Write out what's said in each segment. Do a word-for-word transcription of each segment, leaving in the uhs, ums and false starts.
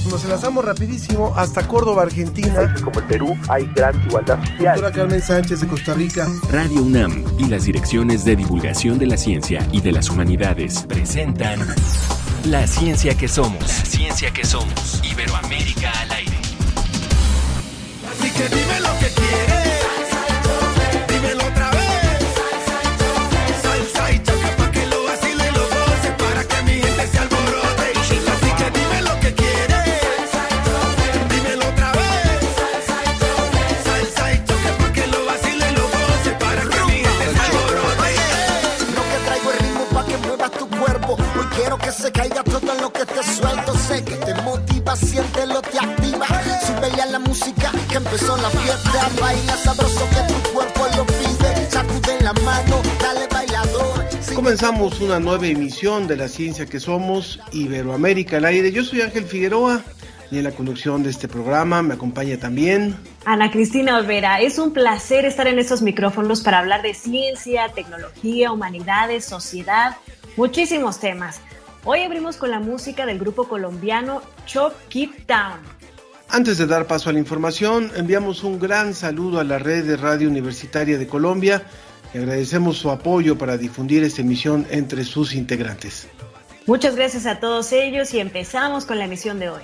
Nos enlazamos rapidísimo hasta Córdoba, Argentina. Como el Perú hay gran igualdad social. Doctora Carmen Sánchez de Costa Rica. Radio UNAM y las direcciones de divulgación de la ciencia y de las humanidades presentan La Ciencia que Somos. La Ciencia que Somos. Iberoamérica al aire. Así que dime lo que quieres. Dímelo otra vez. Salsa y choque pa' que lo vacile y lo goce, para que mi gente se alborote. Así que dime lo que quieres. Dímelo otra vez. Salsa y choque pa' que lo vacile y lo goce, para que mi gente se alborote. Lo que traigo es ritmo pa' que muevas tu cuerpo. Hoy quiero que se caiga todo lo que te suelto. Sé que te motiva, siéntelo, te activa. Súbele a la música que empezó la fiesta. Baila sabroso que tu cuerpo lo pide. Sacude la mano, dale bailador. Comenzamos una nueva emisión de La Ciencia que Somos, Iberoamérica al aire. Yo soy Ángel Figueroa y en la conducción de este programa me acompaña también Ana Cristina Olvera. Es un placer estar en estos micrófonos para hablar de ciencia, tecnología, humanidades, sociedad, muchísimos temas. Hoy abrimos con la música del grupo colombiano Chop Keep Down. Antes de dar paso a la información, enviamos un gran saludo a la red de Radio Universitaria de Colombia y agradecemos su apoyo para difundir esta emisión entre sus integrantes. Muchas gracias a todos ellos y empezamos con la emisión de hoy.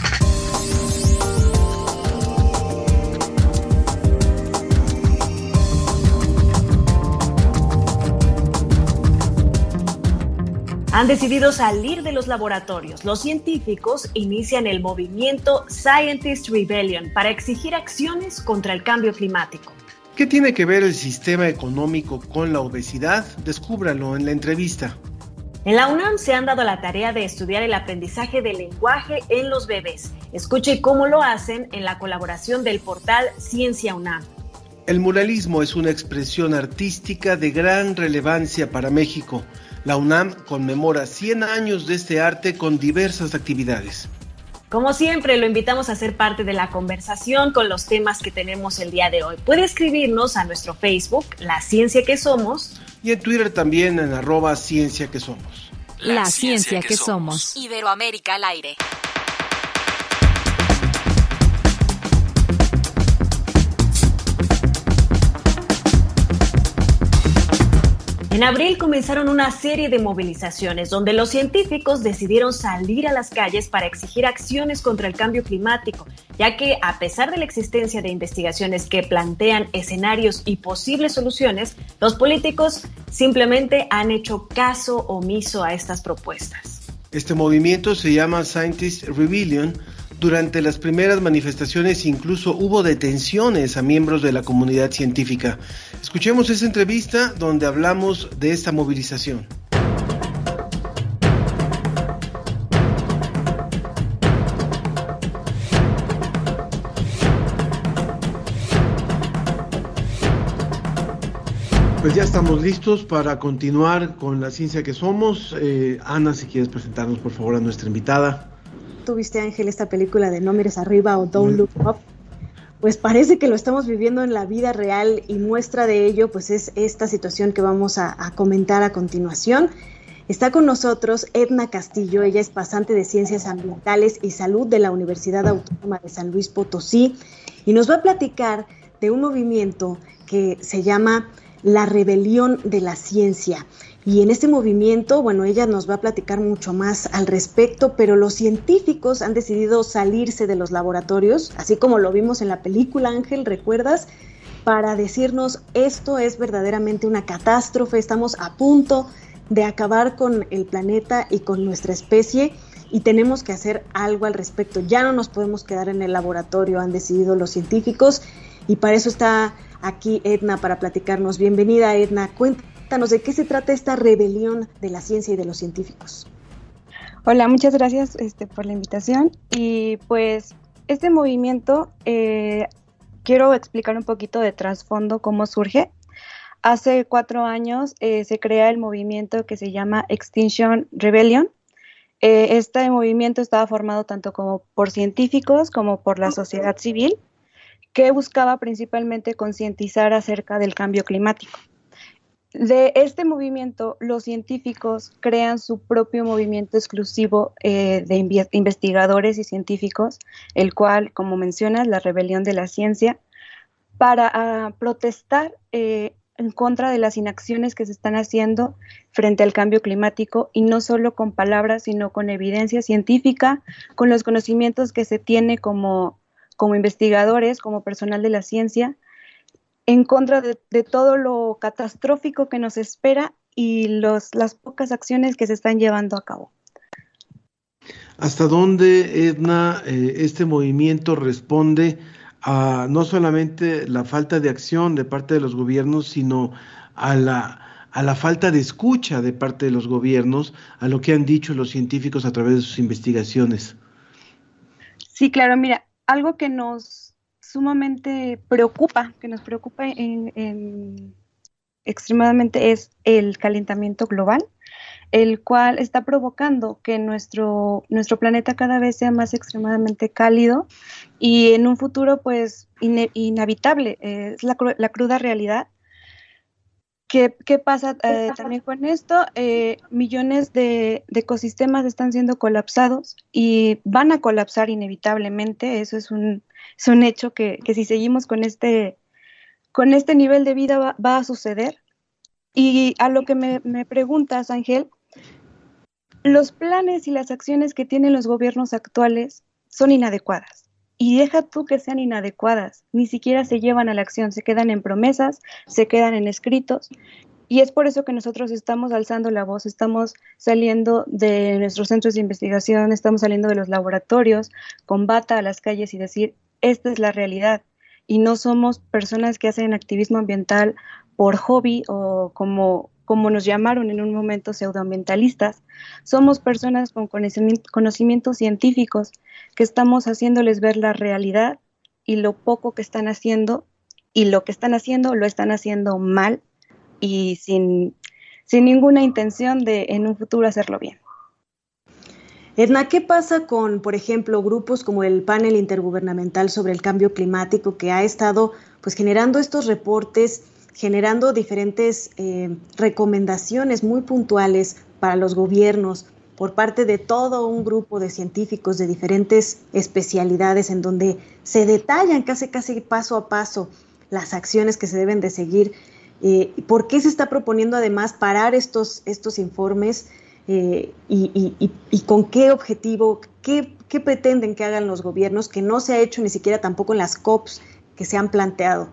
Han decidido salir de los laboratorios. Los científicos inician el movimiento Scientist Rebellion para exigir acciones contra el cambio climático. ¿Qué tiene que ver el sistema económico con la obesidad? Descúbralo en la entrevista. En la UNAM se han dado la tarea de estudiar el aprendizaje del lenguaje en los bebés. Escuche cómo lo hacen en la colaboración del portal Ciencia UNAM. El muralismo es una expresión artística de gran relevancia para México. La UNAM conmemora cien años de este arte con diversas actividades. Como siempre, lo invitamos a ser parte de la conversación con los temas que tenemos el día de hoy. Puede escribirnos a nuestro Facebook, La Ciencia que Somos. Y en Twitter también en arroba Ciencia que Somos. La, La Ciencia, ciencia que, que somos. Iberoamérica al aire. En abril comenzaron una serie de movilizaciones donde los científicos decidieron salir a las calles para exigir acciones contra el cambio climático, ya que a pesar de la existencia de investigaciones que plantean escenarios y posibles soluciones, los políticos simplemente han hecho caso omiso a estas propuestas. Este movimiento se llama Scientist Rebellion. Durante las primeras manifestaciones incluso hubo detenciones a miembros de la comunidad científica. Escuchemos esa entrevista donde hablamos de esta movilización. Pues ya estamos listos para continuar con La Ciencia que Somos. Eh, Ana, si quieres presentarnos por favor a nuestra invitada. ¿Tuviste, Ángel, esta película de No mires arriba o Don't Look Up? Pues parece que lo estamos viviendo en la vida real y muestra de ello pues es esta situación que vamos a, a comentar a continuación. Está con nosotros Edna Castillo, ella es pasante de Ciencias Ambientales y Salud de la Universidad Autónoma de San Luis Potosí y nos va a platicar de un movimiento que se llama La Rebelión de la Ciencia. Y en este movimiento, bueno, ella nos va a platicar mucho más al respecto, pero los científicos han decidido salirse de los laboratorios, así como lo vimos en la película, Ángel, ¿recuerdas? Para decirnos, esto es verdaderamente una catástrofe, estamos a punto de acabar con el planeta y con nuestra especie y tenemos que hacer algo al respecto. Ya no nos podemos quedar en el laboratorio, han decidido los científicos, y para eso está aquí Edna para platicarnos. Bienvenida, Edna, cuéntanos. Cuéntanos de qué se trata esta rebelión de la ciencia y de los científicos. Hola, muchas gracias este, por la invitación. Y pues este movimiento, eh, quiero explicar un poquito de trasfondo, cómo surge. Hace cuatro años eh, se crea el movimiento que se llama Extinction Rebellion. Eh, este movimiento estaba formado tanto como por científicos como por la sociedad civil, que buscaba principalmente concientizar acerca del cambio climático. de este movimiento, los científicos crean su propio movimiento exclusivo eh, de invi- investigadores y científicos, el cual, como mencionas, la rebelión de la ciencia, para uh, protestar eh, en contra de las inacciones que se están haciendo frente al cambio climático, y no solo con palabras, sino con evidencia científica, con los conocimientos que se tiene como, como investigadores, como personal de la ciencia, en contra de, de todo lo catastrófico que nos espera y los, las pocas acciones que se están llevando a cabo. ¿Hasta dónde, Edna, eh, este movimiento responde a no solamente la falta de acción de parte de los gobiernos, sino a la, a la falta de escucha de parte de los gobiernos a lo que han dicho los científicos a través de sus investigaciones? Sí, claro, mira, algo que nos sumamente preocupa, que nos preocupa en, en extremadamente es el calentamiento global, el cual está provocando que nuestro, nuestro planeta cada vez sea más extremadamente cálido y en un futuro pues ine, inhabitable. Eh, es la, la cruda realidad. ¿Qué, qué pasa eh, también con esto? Eh, millones de, de ecosistemas están siendo colapsados y van a colapsar inevitablemente. Eso es un, es un hecho que, que si seguimos con este, con este nivel de vida va, va a suceder. Y a lo que me, me preguntas, Ángel, los planes y las acciones que tienen los gobiernos actuales son inadecuadas. Y deja tú que sean inadecuadas, ni siquiera se llevan a la acción, se quedan en promesas, se quedan en escritos. Y es por eso que nosotros estamos alzando la voz, estamos saliendo de nuestros centros de investigación, estamos saliendo de los laboratorios, con bata a las calles y decir, esta es la realidad. Y no somos personas que hacen activismo ambiental por hobby o como, como nos llamaron en un momento pseudoambientalistas. Somos personas con conocimiento, conocimientos científicos que estamos haciéndoles ver la realidad y lo poco que están haciendo, y lo que están haciendo lo están haciendo mal y sin, sin ninguna intención de en un futuro hacerlo bien. Edna, ¿qué pasa con, por ejemplo, grupos como el Panel Intergubernamental sobre el Cambio Climático, que ha estado pues generando estos reportes, generando diferentes eh, recomendaciones muy puntuales para los gobiernos por parte de todo un grupo de científicos de diferentes especialidades, en donde se detallan casi casi paso a paso las acciones que se deben de seguir? Eh, ¿Por qué se está proponiendo además parar estos, estos informes eh, y, y, y, y con qué objetivo, qué, qué pretenden que hagan los gobiernos, que no se ha hecho ni siquiera tampoco en las COPs que se han planteado?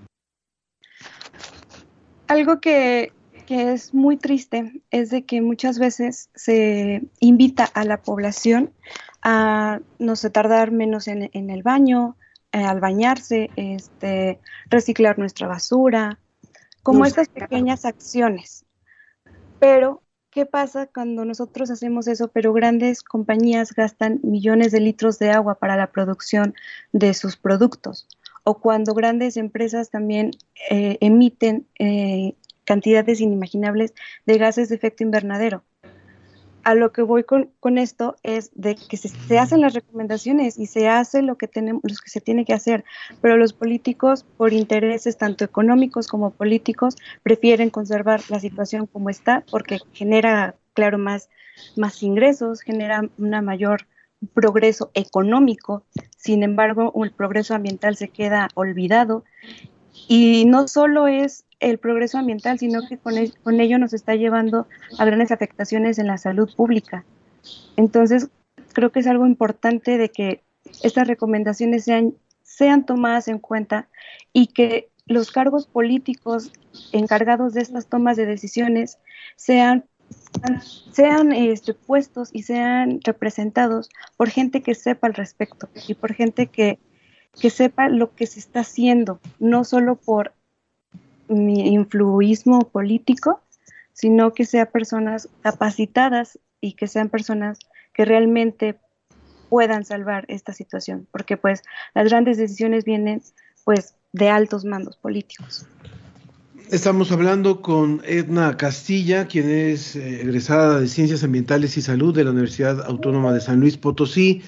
Algo que, que es muy triste es de que muchas veces se invita a la población a no sé, tardar menos en, en el baño, eh, al bañarse, este, reciclar nuestra basura, como estas pequeñas acciones. Pero, ¿qué pasa cuando nosotros hacemos eso, pero grandes compañías gastan millones de litros de agua para la producción de sus productos? O cuando grandes empresas también eh, emiten eh, cantidades inimaginables de gases de efecto invernadero. A lo que voy con, con esto es de que se, se hacen las recomendaciones y se hace lo que tenemos, lo que se tiene que hacer, pero los políticos, por intereses tanto económicos como políticos, prefieren conservar la situación como está porque genera, claro, más, más ingresos, genera una mayor progreso económico. Sin embargo, el progreso ambiental se queda olvidado, y no solo es el progreso ambiental, sino que con, el, con ello nos está llevando a grandes afectaciones en la salud pública. Entonces, creo que es algo importante de que estas recomendaciones sean, sean tomadas en cuenta y que los cargos políticos encargados de estas tomas de decisiones sean sean este, puestos y sean representados por gente que sepa al respecto y por gente que, que sepa lo que se está haciendo, no solo por mi influismo político, sino que sean personas capacitadas y que sean personas que realmente puedan salvar esta situación, porque pues las grandes decisiones vienen pues de altos mandos políticos. Estamos hablando con Edna Castilla, quien es eh, egresada de Ciencias Ambientales y Salud de la Universidad Autónoma de San Luis Potosí,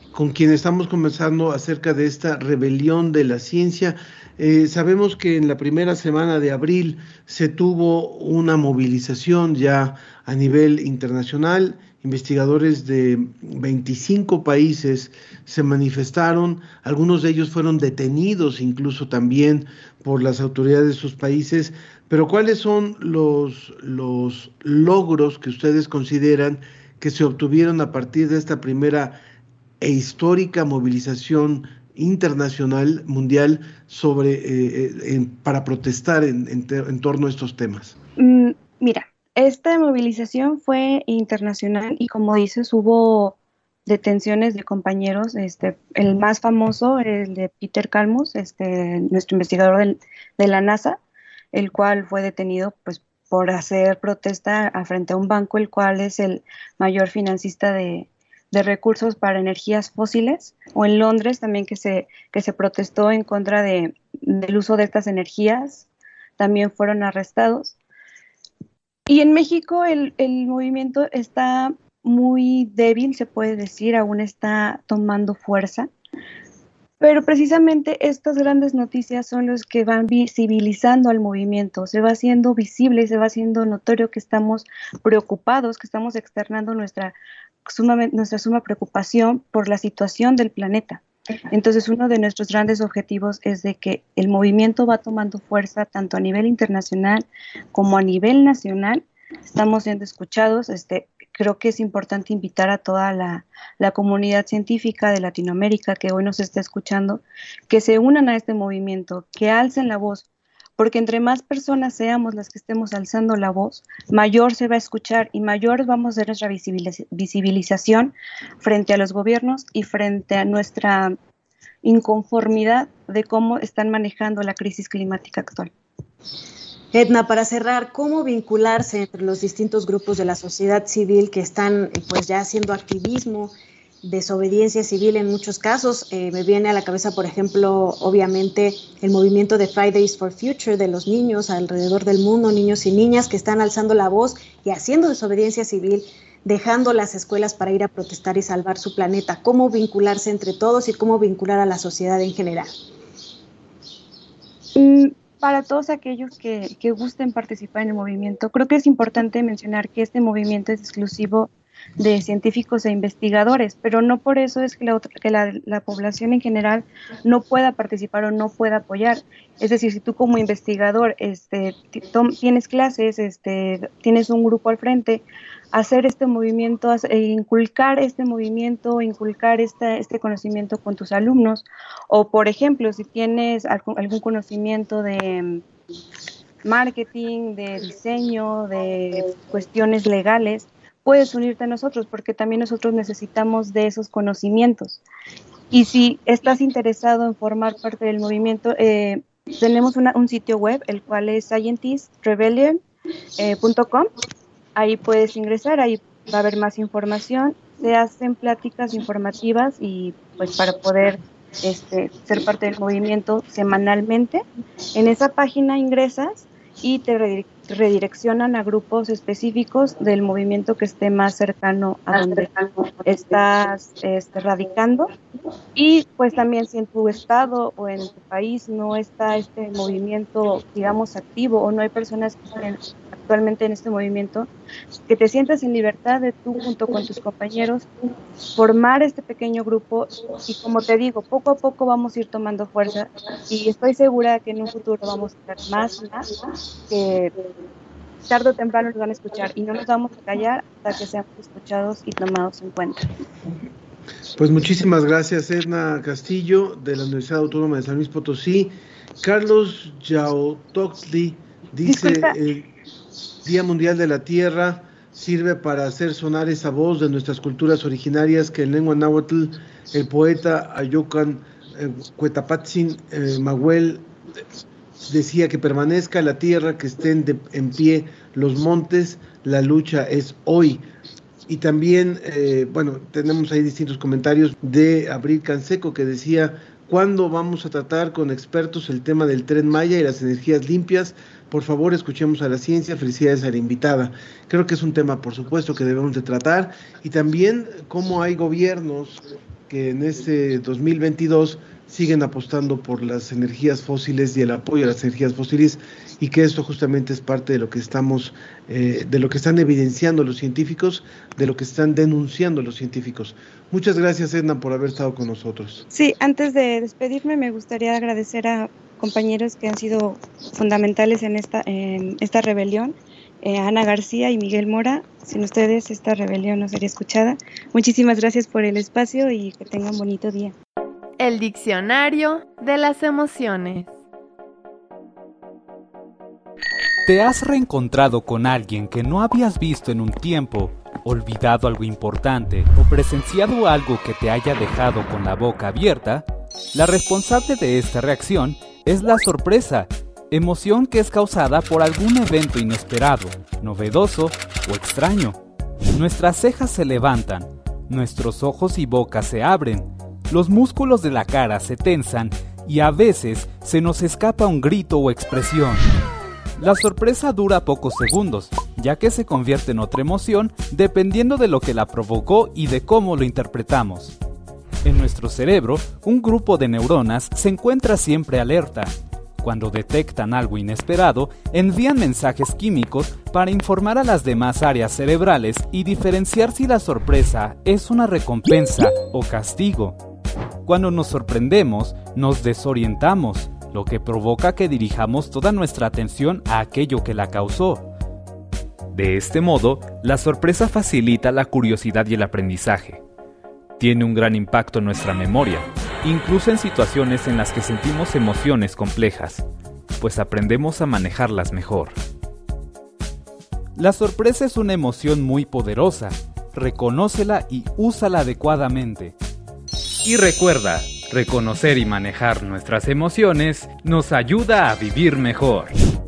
con quien estamos conversando acerca de esta rebelión de la ciencia. Eh, sabemos que en la primera semana de abril se tuvo una movilización ya a nivel internacional. Investigadores de veinticinco países se manifestaron, algunos de ellos fueron detenidos incluso también por las autoridades de sus países. Pero ¿cuáles son los, los logros que ustedes consideran que se obtuvieron a partir de esta primera e histórica movilización internacional, mundial, sobre eh, en, para protestar en, en, en torno a estos temas? Mm, mira, esta movilización fue internacional y, como dices, hubo detenciones de compañeros. Este, el más famoso, el de Peter Kalmus, este, nuestro investigador del, de la NASA, el cual fue detenido pues por hacer protesta a frente a un banco, el cual es el mayor financista de de recursos para energías fósiles, o en Londres también que se, que se protestó en contra de, del uso de estas energías, también fueron arrestados. Y en México el, el movimiento está muy débil, se puede decir, aún está tomando fuerza, pero precisamente estas grandes noticias son los que van visibilizando al movimiento, se va haciendo visible y se va haciendo notorio que estamos preocupados, que estamos externando nuestra Sumamente, nuestra suma preocupación por la situación del planeta. Entonces, uno de nuestros grandes objetivos es de que el movimiento va tomando fuerza tanto a nivel internacional como a nivel nacional. Estamos siendo escuchados. Este, creo que es importante invitar a toda la, la comunidad científica de Latinoamérica que hoy nos está escuchando, que se unan a este movimiento, que alcen la voz, porque entre más personas seamos las que estemos alzando la voz, mayor se va a escuchar y mayor vamos a hacer nuestra visibilización frente a los gobiernos y frente a nuestra inconformidad de cómo están manejando la crisis climática actual. Edna, para cerrar, ¿cómo vincularse entre los distintos grupos de la sociedad civil que están pues ya haciendo activismo, desobediencia civil en muchos casos? Eh, me viene a la cabeza, por ejemplo, obviamente el movimiento de Fridays for Future de los niños alrededor del mundo, niños y niñas que están alzando la voz y haciendo desobediencia civil, dejando las escuelas para ir a protestar y salvar su planeta. ¿Cómo vincularse entre todos y cómo vincular a la sociedad en general? Mm, para todos aquellos que, que gusten participar en el movimiento, creo que es importante mencionar que este movimiento es exclusivo de científicos e investigadores, pero no por eso es que, la, otra, que la, la población en general no pueda participar o no pueda apoyar. Es decir, si tú como investigador este, tienes clases, este, tienes un grupo al frente, hacer este movimiento, e inculcar este movimiento, inculcar esta, este conocimiento con tus alumnos, o por ejemplo, si tienes algún, algún conocimiento de marketing, de diseño, de cuestiones legales, puedes unirte a nosotros, porque también nosotros necesitamos de esos conocimientos. Y si estás interesado en formar parte del movimiento, eh, tenemos una, un sitio web, el cual es scientist rebellion punto com. Ahí puedes ingresar, ahí va a haber más información. Se hacen pláticas informativas y pues para poder este, ser parte del movimiento semanalmente. En esa página ingresas y te redireccionan a grupos específicos del movimiento que esté más cercano a donde estás este, radicando. Y pues también si en tu estado o en tu país no está este movimiento, digamos, activo, o no hay personas que estén actualmente en este movimiento, que te sientas en libertad de tú junto con tus compañeros formar este pequeño grupo, y como te digo, poco a poco vamos a ir tomando fuerza y estoy segura que en un futuro vamos a tener más y más que tarde o temprano nos van a escuchar, y no nos vamos a callar hasta que seamos escuchados y tomados en cuenta. Pues muchísimas gracias, Edna Castillo, de la Universidad Autónoma de San Luis Potosí. Carlos Yautoxtli dice: el Día Mundial de la Tierra sirve para hacer sonar esa voz de nuestras culturas originarias que en lengua náhuatl el poeta Ayocan eh, Cuetapatzin eh, Mahuel decía: que permanezca la tierra, que estén de, en pie los montes, la lucha es hoy. Y también, eh, bueno, tenemos ahí distintos comentarios de Abril Canseco, que decía: ¿cuándo vamos a tratar con expertos el tema del Tren Maya y las energías limpias? Por favor, escuchemos a la ciencia. Felicidades a la invitada. Creo que es un tema, por supuesto, que debemos de tratar, y también cómo hay gobiernos que en este dos mil veintidós siguen apostando por las energías fósiles y el apoyo a las energías fósiles, y que esto justamente es parte de lo que estamos, eh, de lo que están evidenciando los científicos, de lo que están denunciando los científicos. Muchas gracias, Edna, por haber estado con nosotros. Sí, antes de despedirme me gustaría agradecer a compañeros que han sido fundamentales en esta, en esta rebelión, eh, Ana García y Miguel Mora. Sin ustedes esta rebelión no sería escuchada. Muchísimas gracias por el espacio y que tengan un bonito día. El diccionario de las emociones. ¿Te has reencontrado con alguien que no habías visto en un tiempo, olvidado algo importante o presenciado algo que te haya dejado con la boca abierta? La responsable de esta reacción es la sorpresa, emoción que es causada por algún evento inesperado, novedoso o extraño. Nuestras cejas se levantan, nuestros ojos y boca se abren, los músculos de la cara se tensan y a veces se nos escapa un grito o expresión. La sorpresa dura pocos segundos, ya que se convierte en otra emoción dependiendo de lo que la provocó y de cómo lo interpretamos. En nuestro cerebro, un grupo de neuronas se encuentra siempre alerta. Cuando detectan algo inesperado, envían mensajes químicos para informar a las demás áreas cerebrales y diferenciar si la sorpresa es una recompensa o castigo. Cuando nos sorprendemos, nos desorientamos, lo que provoca que dirijamos toda nuestra atención a aquello que la causó. De este modo, la sorpresa facilita la curiosidad y el aprendizaje. Tiene un gran impacto en nuestra memoria, incluso en situaciones en las que sentimos emociones complejas, pues aprendemos a manejarlas mejor. La sorpresa es una emoción muy poderosa, reconócela y úsala adecuadamente. Y recuerda, reconocer y manejar nuestras emociones nos ayuda a vivir mejor.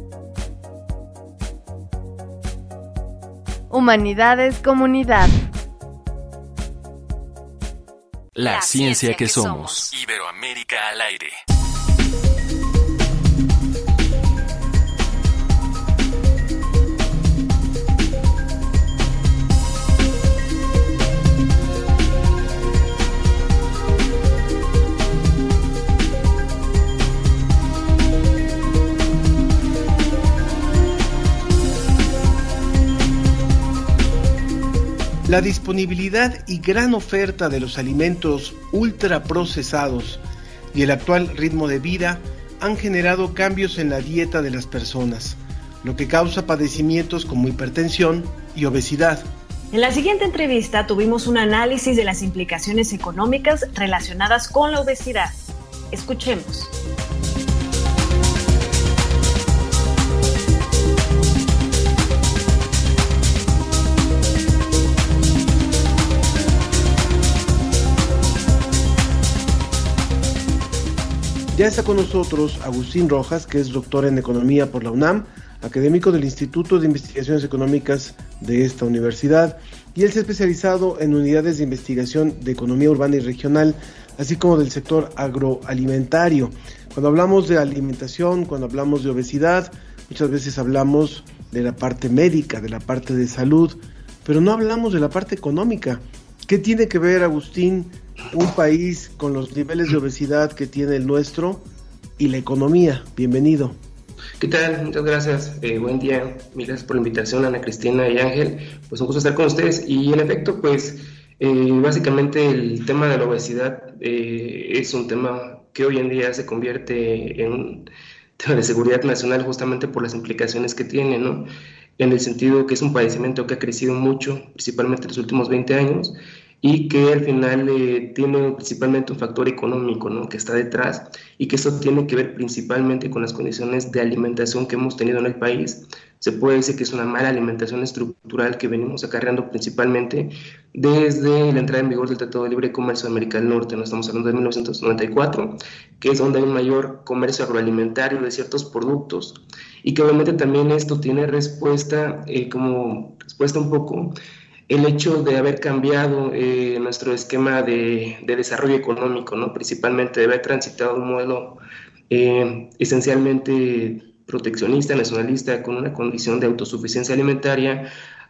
Humanidades Comunidad. La, La ciencia, ciencia que, que somos. somos. Iberoamérica al aire. La disponibilidad y gran oferta de los alimentos ultraprocesados y el actual ritmo de vida han generado cambios en la dieta de las personas, lo que causa padecimientos como hipertensión y obesidad. En la siguiente entrevista tuvimos un análisis de las implicaciones económicas relacionadas con la obesidad. Escuchemos. Ya está con nosotros Agustín Rojas, que es doctor en Economía por la UNAM, académico del Instituto de Investigaciones Económicas de esta universidad, y él se ha especializado en unidades de investigación de economía urbana y regional, así como del sector agroalimentario. Cuando hablamos de alimentación, cuando hablamos de obesidad, muchas veces hablamos de la parte médica, de la parte de salud, pero no hablamos de la parte económica. ¿Qué tiene que ver, Agustín, un país con los niveles de obesidad que tiene el nuestro y la economía? Bienvenido. ¿Qué tal? Muchas gracias. Eh, buen día. Mil gracias por la invitación, Ana Cristina y Ángel. Pues un gusto estar con ustedes. Y en efecto, pues eh, básicamente el tema de la obesidad eh, es un tema que hoy en día se convierte en un tema de seguridad nacional justamente por las implicaciones que tiene, ¿no? En el sentido que es un padecimiento que ha crecido mucho, principalmente en los últimos veinte años, y que al final eh, tiene principalmente un factor económico, ¿no?, que está detrás, y que eso tiene que ver principalmente con las condiciones de alimentación que hemos tenido en el país. Se puede decir que es una mala alimentación estructural que venimos acarreando principalmente desde la entrada en vigor del Tratado de Libre Comercio de América del Norte. No estamos hablando de mil novecientos noventa y cuatro, que es donde hay un mayor comercio agroalimentario de ciertos productos, y que obviamente también esto tiene respuesta, eh, como respuesta un poco el hecho de haber cambiado eh, nuestro esquema de, de desarrollo económico, ¿no?, principalmente de haber transitado un modelo eh, esencialmente proteccionista, nacionalista, con una condición de autosuficiencia alimentaria,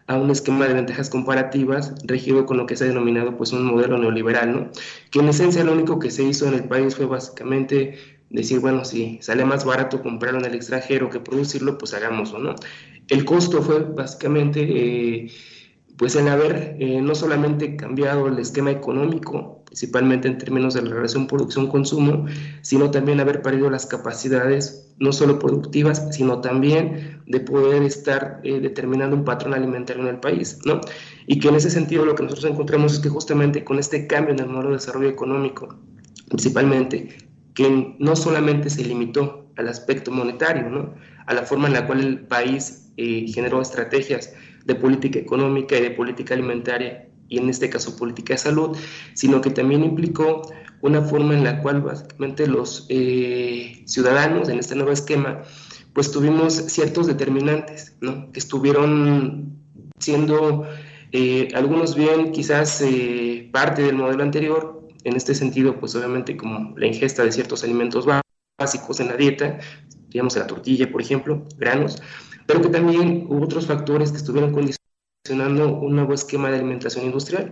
a un esquema de ventajas comparativas regido con lo que se ha denominado pues un modelo neoliberal, ¿no? Que en esencia lo único que se hizo en el país fue básicamente decir, bueno, si sale más barato comprarlo en el extranjero que producirlo, pues hagámoslo, ¿no? El costo fue básicamente eh, pues el haber eh, no solamente cambiado el esquema económico, principalmente en términos de la relación producción-consumo, sino también haber perdido las capacidades no solo productivas, sino también de poder estar eh, determinando un patrón alimentario en el país, ¿no? Y que en ese sentido lo que nosotros encontramos es que justamente con este cambio en el modelo de desarrollo económico, principalmente, que no solamente se limitó al aspecto monetario, ¿no? A la forma en la cual el país eh, generó estrategias de política económica y de política alimentaria, y en este caso política de salud, sino que también implicó una forma en la cual básicamente los eh, ciudadanos en este nuevo esquema pues tuvimos ciertos determinantes, ¿no? Que estuvieron siendo eh, algunos bien quizás eh, parte del modelo anterior, en este sentido pues obviamente como la ingesta de ciertos alimentos básicos en la dieta, digamos la tortilla por ejemplo, granos, pero que también hubo otros factores que estuvieron condicionando un nuevo esquema de alimentación industrial,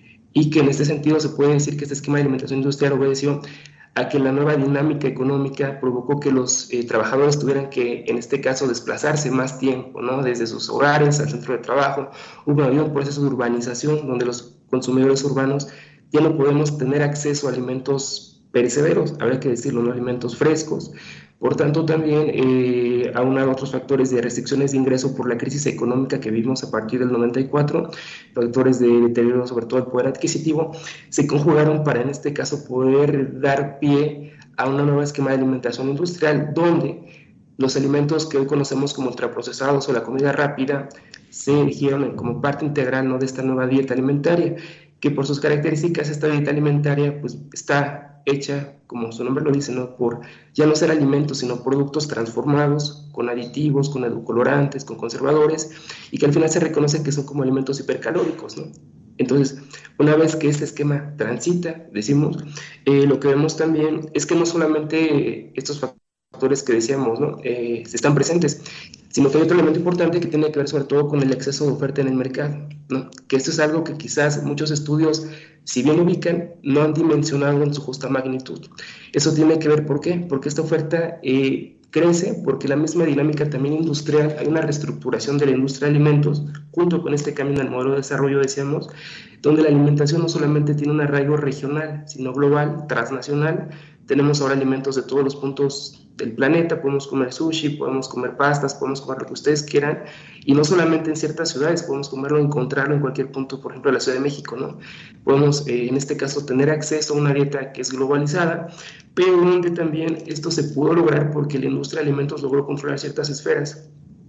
y que en este sentido se puede decir que este esquema de alimentación industrial obedeció a que la nueva dinámica económica provocó que los eh, trabajadores tuvieran que, en este caso, desplazarse más tiempo, ¿no? Desde sus hogares al centro de trabajo. Hubo un proceso de urbanización donde los consumidores urbanos ya no podemos tener acceso a alimentos perecederos, habría que decirlo, no alimentos frescos. Por tanto, también, eh, aunado a otros factores de restricciones de ingreso por la crisis económica que vivimos a partir del noventa y cuatro, factores de deterioro sobre todo del poder adquisitivo, se conjugaron para, en este caso, poder dar pie a un nuevo esquema de alimentación industrial, donde los alimentos que hoy conocemos como ultraprocesados o la comida rápida se erigieron como parte integral, ¿no?, de esta nueva dieta alimentaria, que por sus características esta dieta alimentaria pues está hecha, como su nombre lo dice, ¿no?, por ya no ser alimentos, sino productos transformados, con aditivos, con edulcorantes, con conservadores, y que al final se reconoce que son como alimentos hipercalóricos, ¿no? Entonces, una vez que este esquema transita, decimos, eh, lo que vemos también es que no solamente estos factores que decíamos, ¿no?, eh, están presentes, sino que hay otro elemento importante que tiene que ver sobre todo con el exceso de oferta en el mercado, ¿no? Que esto es algo que quizás muchos estudios, si bien ubican, no han dimensionado en su justa magnitud. Eso tiene que ver, ¿por qué? Porque esta oferta eh, crece porque la misma dinámica también industrial, hay una reestructuración de la industria de alimentos, junto con este cambio en el modelo de desarrollo, decíamos, donde la alimentación no solamente tiene un arraigo regional, sino global, transnacional. Tenemos ahora alimentos de todos los puntos del planeta, podemos comer sushi, podemos comer pastas, podemos comer lo que ustedes quieran, y no solamente en ciertas ciudades, podemos comerlo, encontrarlo en cualquier punto, por ejemplo, de la Ciudad de México, ¿no? Podemos, eh, en este caso, tener acceso a una dieta que es globalizada, pero donde también esto se pudo lograr porque la industria de alimentos logró controlar ciertas esferas,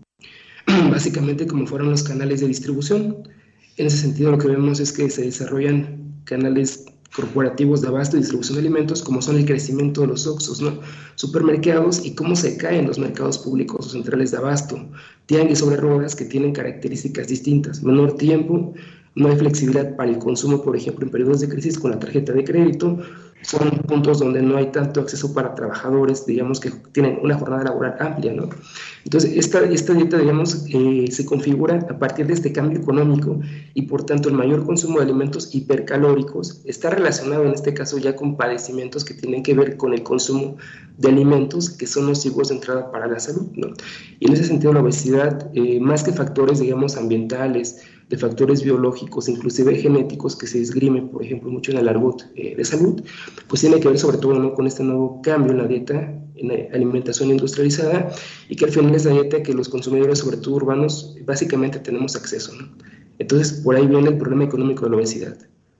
básicamente como fueron los canales de distribución. En ese sentido, lo que vemos es que se desarrollan canales corporativos de abasto y distribución de alimentos, como son el crecimiento de los Oxxos, ¿no?, supermercados, y cómo se caen los mercados públicos o centrales de abasto, tianguis sobre ruedas que tienen características distintas, menor tiempo, no hay flexibilidad para el consumo, por ejemplo, en periodos de crisis con la tarjeta de crédito, son puntos donde no hay tanto acceso para trabajadores, digamos, que tienen una jornada laboral amplia, ¿no? Entonces, esta, esta dieta, digamos, eh, se configura a partir de este cambio económico, y por tanto el mayor consumo de alimentos hipercalóricos está relacionado en este caso ya con padecimientos que tienen que ver con el consumo de alimentos que son nocivos de entrada para la salud, ¿no? Y en ese sentido la obesidad, eh, más que factores, digamos, ambientales, de factores biológicos, inclusive genéticos, que se esgrimen, por ejemplo, mucho en el argot eh, de salud, pues tiene que ver sobre todo, ¿no?, con este nuevo cambio en la dieta, en la alimentación industrializada, y que al final es la dieta que los consumidores, sobre todo urbanos, básicamente tenemos acceso, ¿no? Entonces, por ahí viene el problema económico de la obesidad.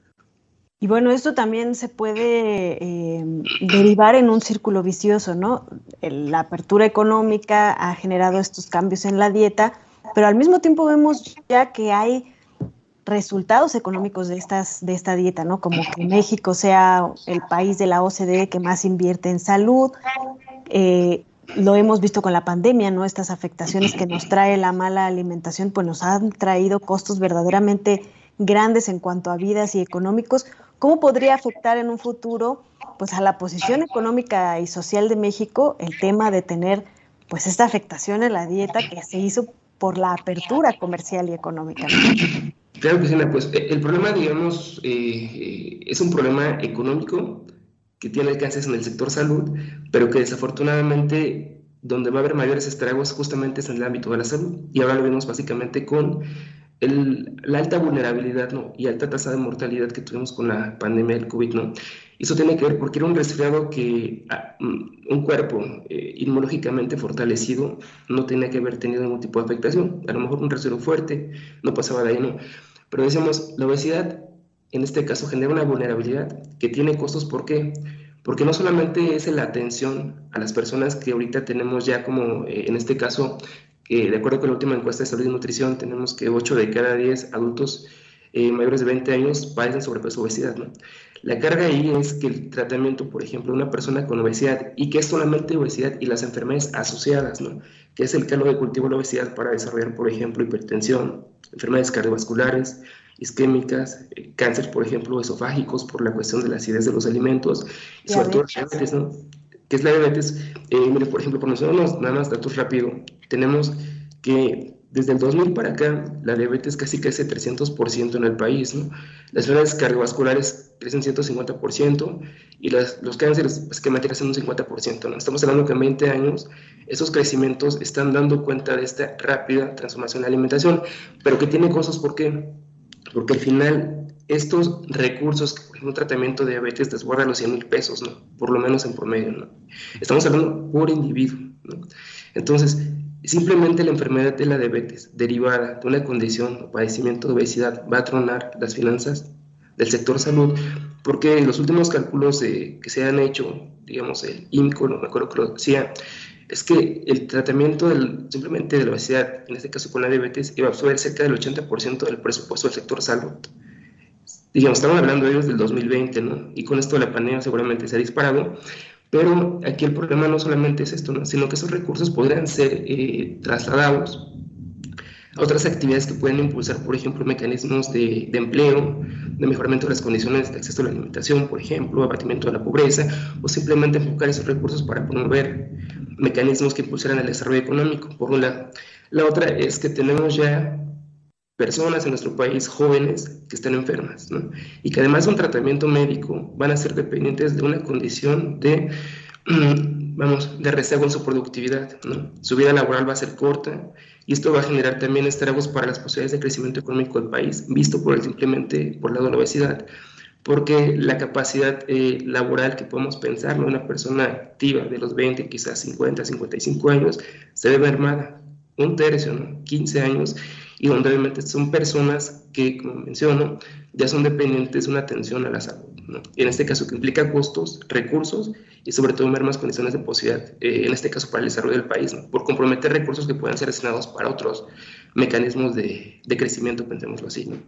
Y bueno, esto también se puede eh, derivar en un círculo vicioso, ¿no? La apertura económica ha generado estos cambios en la dieta, pero al mismo tiempo vemos ya que hay resultados económicos de estas de esta dieta, ¿no? Como que México sea el país de la O C D E que más invierte en salud. Eh, lo hemos visto con la pandemia, ¿no? Estas afectaciones que nos trae la mala alimentación, pues nos han traído costos verdaderamente grandes en cuanto a vidas y económicos. ¿Cómo podría afectar en un futuro, pues, a la posición económica y social de México el tema de tener, pues, esta afectación en la dieta que se hizo por la apertura comercial y económica. Claro que sí, Ana, pues el problema, digamos, eh, es un problema económico que tiene alcances en el sector salud, pero que desafortunadamente donde va a haber mayores estragos justamente es en el ámbito de la salud. Y ahora lo vemos básicamente con el, la alta vulnerabilidad, ¿no? Y alta tasa de mortalidad que tuvimos con la pandemia del COVID, ¿no? Eso tiene que ver porque era un resfriado que ah, un cuerpo eh, inmunológicamente fortalecido no tenía que haber tenido ningún tipo de afectación. A lo mejor un resfriado fuerte no pasaba de ahí, ¿no? Pero decimos, la obesidad en este caso genera una vulnerabilidad que tiene costos. ¿Por qué? Porque no solamente es la atención a las personas que ahorita tenemos ya como, eh, en este caso, que de acuerdo con la última encuesta de salud y nutrición, tenemos que ocho de cada diez adultos eh, mayores de veinte años padecen sobrepeso o obesidad, ¿no? La carga ahí es que el tratamiento, por ejemplo, de una persona con obesidad, y que es solamente obesidad y las enfermedades asociadas, ¿no? Que es el caldo de cultivo de la obesidad para desarrollar, por ejemplo, hipertensión, enfermedades cardiovasculares, isquémicas, eh, cáncer, por ejemplo, esofágicos, por la cuestión de la acidez de los alimentos, y sobre todo la diabetes, ¿no? ¿Qué es la diabetes? Eh, mire, por ejemplo, por mencionarnos nada más datos rápido, tenemos que desde el dos mil para acá, la diabetes casi crece trescientos por ciento en el país, ¿no? Las enfermedades cardiovasculares crecen ciento cincuenta por ciento y las, los cánceres básicamente crecen un cincuenta por ciento, ¿no? Estamos hablando que en veinte años esos crecimientos están dando cuenta de esta rápida transformación de la alimentación, pero que tiene cosas. ¿Por qué? Porque al final estos recursos, por ejemplo, un tratamiento de diabetes desborda los cien mil pesos, ¿no? Por lo menos en promedio, ¿no? Estamos hablando por individuo, ¿no? Entonces, simplemente la enfermedad de la diabetes derivada de una condición o padecimiento de obesidad va a tronar las finanzas del sector salud, porque en los últimos cálculos eh, que se han hecho, digamos el I M C O, no me acuerdo que lo decía, es que el tratamiento del, simplemente de la obesidad, en este caso con la diabetes, iba a absorber cerca del ochenta por ciento del presupuesto del sector salud. Digamos, estamos hablando de ellos del dos mil veinte, ¿no? Y con esto de la pandemia seguramente se ha disparado. Pero aquí el problema no solamente es esto, ¿no? Sino que esos recursos podrían ser eh, trasladados a otras actividades que pueden impulsar, por ejemplo, mecanismos de, de empleo, de mejoramiento de las condiciones de acceso a la alimentación, por ejemplo, abatimiento de la pobreza, o simplemente enfocar esos recursos para promover mecanismos que impulsaran el desarrollo económico, por un lado. La otra es que tenemos ya personas en nuestro país, jóvenes, que están enfermas, ¿no? Y que además de un tratamiento médico van a ser dependientes de una condición de, vamos, de rezago en su productividad, ¿no? Su vida laboral va a ser corta y esto va a generar también estragos para las posibilidades de crecimiento económico del país, visto por el, simplemente por el lado de la obesidad, porque la capacidad eh, laboral que podemos pensar, ¿no? Una persona activa de los veinte, quizás cincuenta, cincuenta y cinco años, se ve mermada, un tercio, ¿no? quince años, y donde obviamente son personas que, como menciono, ya son dependientes de una atención a la salud, ¿no? Y en este caso que implica costos, recursos y sobre todo mermas condiciones de posibilidad, eh, en este caso para el desarrollo del país, ¿no? Por comprometer recursos que puedan ser destinados para otros mecanismos de, de crecimiento, pensémoslo así, ¿no?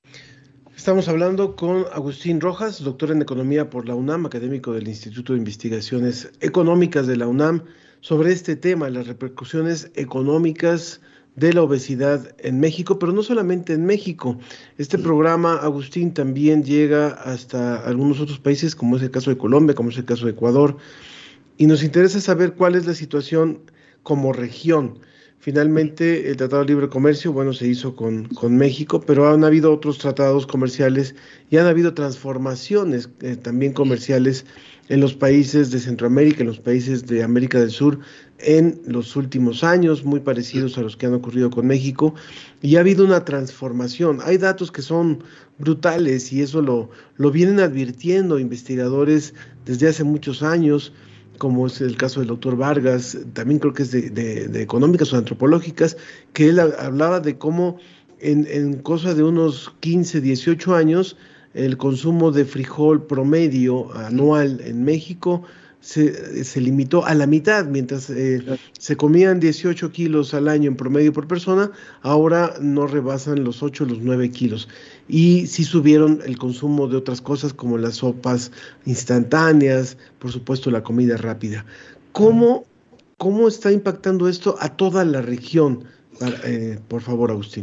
Estamos hablando con Agustín Rojas, doctor en Economía por la UNAM, académico del Instituto de Investigaciones Económicas de la UNAM, sobre este tema, las repercusiones económicas de la obesidad en México, pero no solamente en México. Este programa, Agustín, también llega hasta algunos otros países, como es el caso de Colombia, como es el caso de Ecuador, y nos interesa saber cuál es la situación como región. Finalmente, el Tratado de Libre Comercio, bueno, se hizo con, con México, pero han habido otros tratados comerciales y han habido transformaciones eh, también comerciales en los países de Centroamérica, en los países de América del Sur, en los últimos años, muy parecidos a los que han ocurrido con México, y ha habido una transformación. Hay datos que son brutales y eso lo, lo vienen advirtiendo investigadores desde hace muchos años, como es el caso del doctor Vargas, también creo que es de, de, de económicas o antropológicas, que él hablaba de cómo en, en cosa de unos quince, dieciocho años, el consumo de frijol promedio anual en México se, se limitó a la mitad, mientras eh, se comían dieciocho kilos al año en promedio por persona, ahora no rebasan los ocho, los nueve kilos. Y sí subieron el consumo de otras cosas como las sopas instantáneas, por supuesto la comida rápida. ¿Cómo, cómo está impactando esto a toda la región? Eh, por favor, Agustín.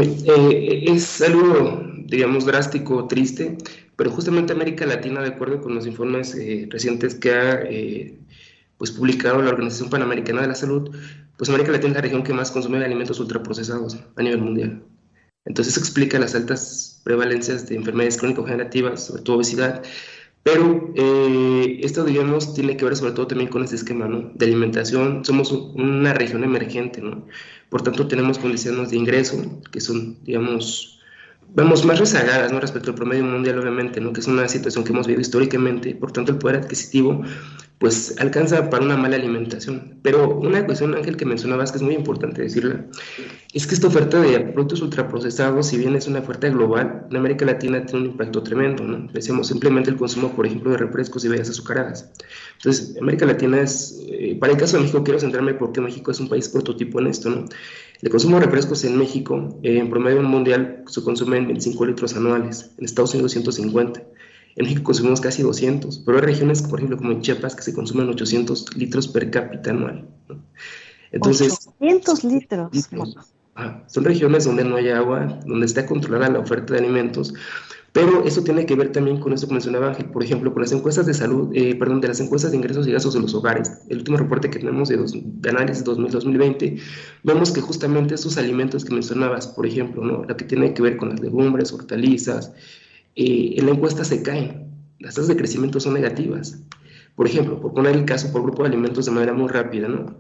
Eh, es algo, digamos, drástico, triste, pero justamente América Latina, de acuerdo con los informes eh, recientes que ha eh, pues publicado la Organización Panamericana de la Salud, pues América Latina es la región que más consume alimentos ultraprocesados a nivel mundial. Entonces eso explica las altas prevalencias de enfermedades crónico-generativas, sobre todo obesidad, pero eh, esto, digamos, tiene que ver sobre todo también con este esquema, ¿no?, de alimentación. Somos una región emergente, ¿no? Por tanto tenemos condiciones de ingreso que son, digamos, vamos, más rezagadas, ¿no?, respecto al promedio mundial, obviamente, ¿no?, que es una situación que hemos vivido históricamente. Por tanto el poder adquisitivo pues alcanza para una mala alimentación. Pero una cuestión, Ángel, que mencionabas, que es muy importante decirla, es que esta oferta de productos ultraprocesados, si bien es una oferta global, en América Latina tiene un impacto tremendo, ¿no? Decíamos simplemente el consumo, por ejemplo, de refrescos y bebidas azucaradas. Entonces, América Latina es, eh, para el caso de México, quiero centrarme porque México es un país prototipo en esto, ¿no? El consumo de refrescos en México, eh, en promedio mundial, se consume en veinticinco litros anuales, en Estados Unidos ciento cincuenta. En México consumimos casi doscientos, pero hay regiones, por ejemplo, como en Chiapas, que se consumen ochocientos litros per cápita anual, ¿no? Entonces, ochocientos litros. litros. Ah, son regiones donde no hay agua, donde está controlada la oferta de alimentos, pero eso tiene que ver también con eso que mencionaba Ángel, por ejemplo, con las encuestas de salud, eh, perdón, de las encuestas de ingresos y gastos de los hogares. El último reporte que tenemos de, dos, de análisis dos mil dos mil veinte, vemos que justamente esos alimentos que mencionabas, por ejemplo, ¿no?, lo que tiene que ver con las legumbres, hortalizas, Eh, en la encuesta se caen, las tasas de crecimiento son negativas. Por ejemplo, por poner el caso por grupo de alimentos de manera muy rápida, ¿no?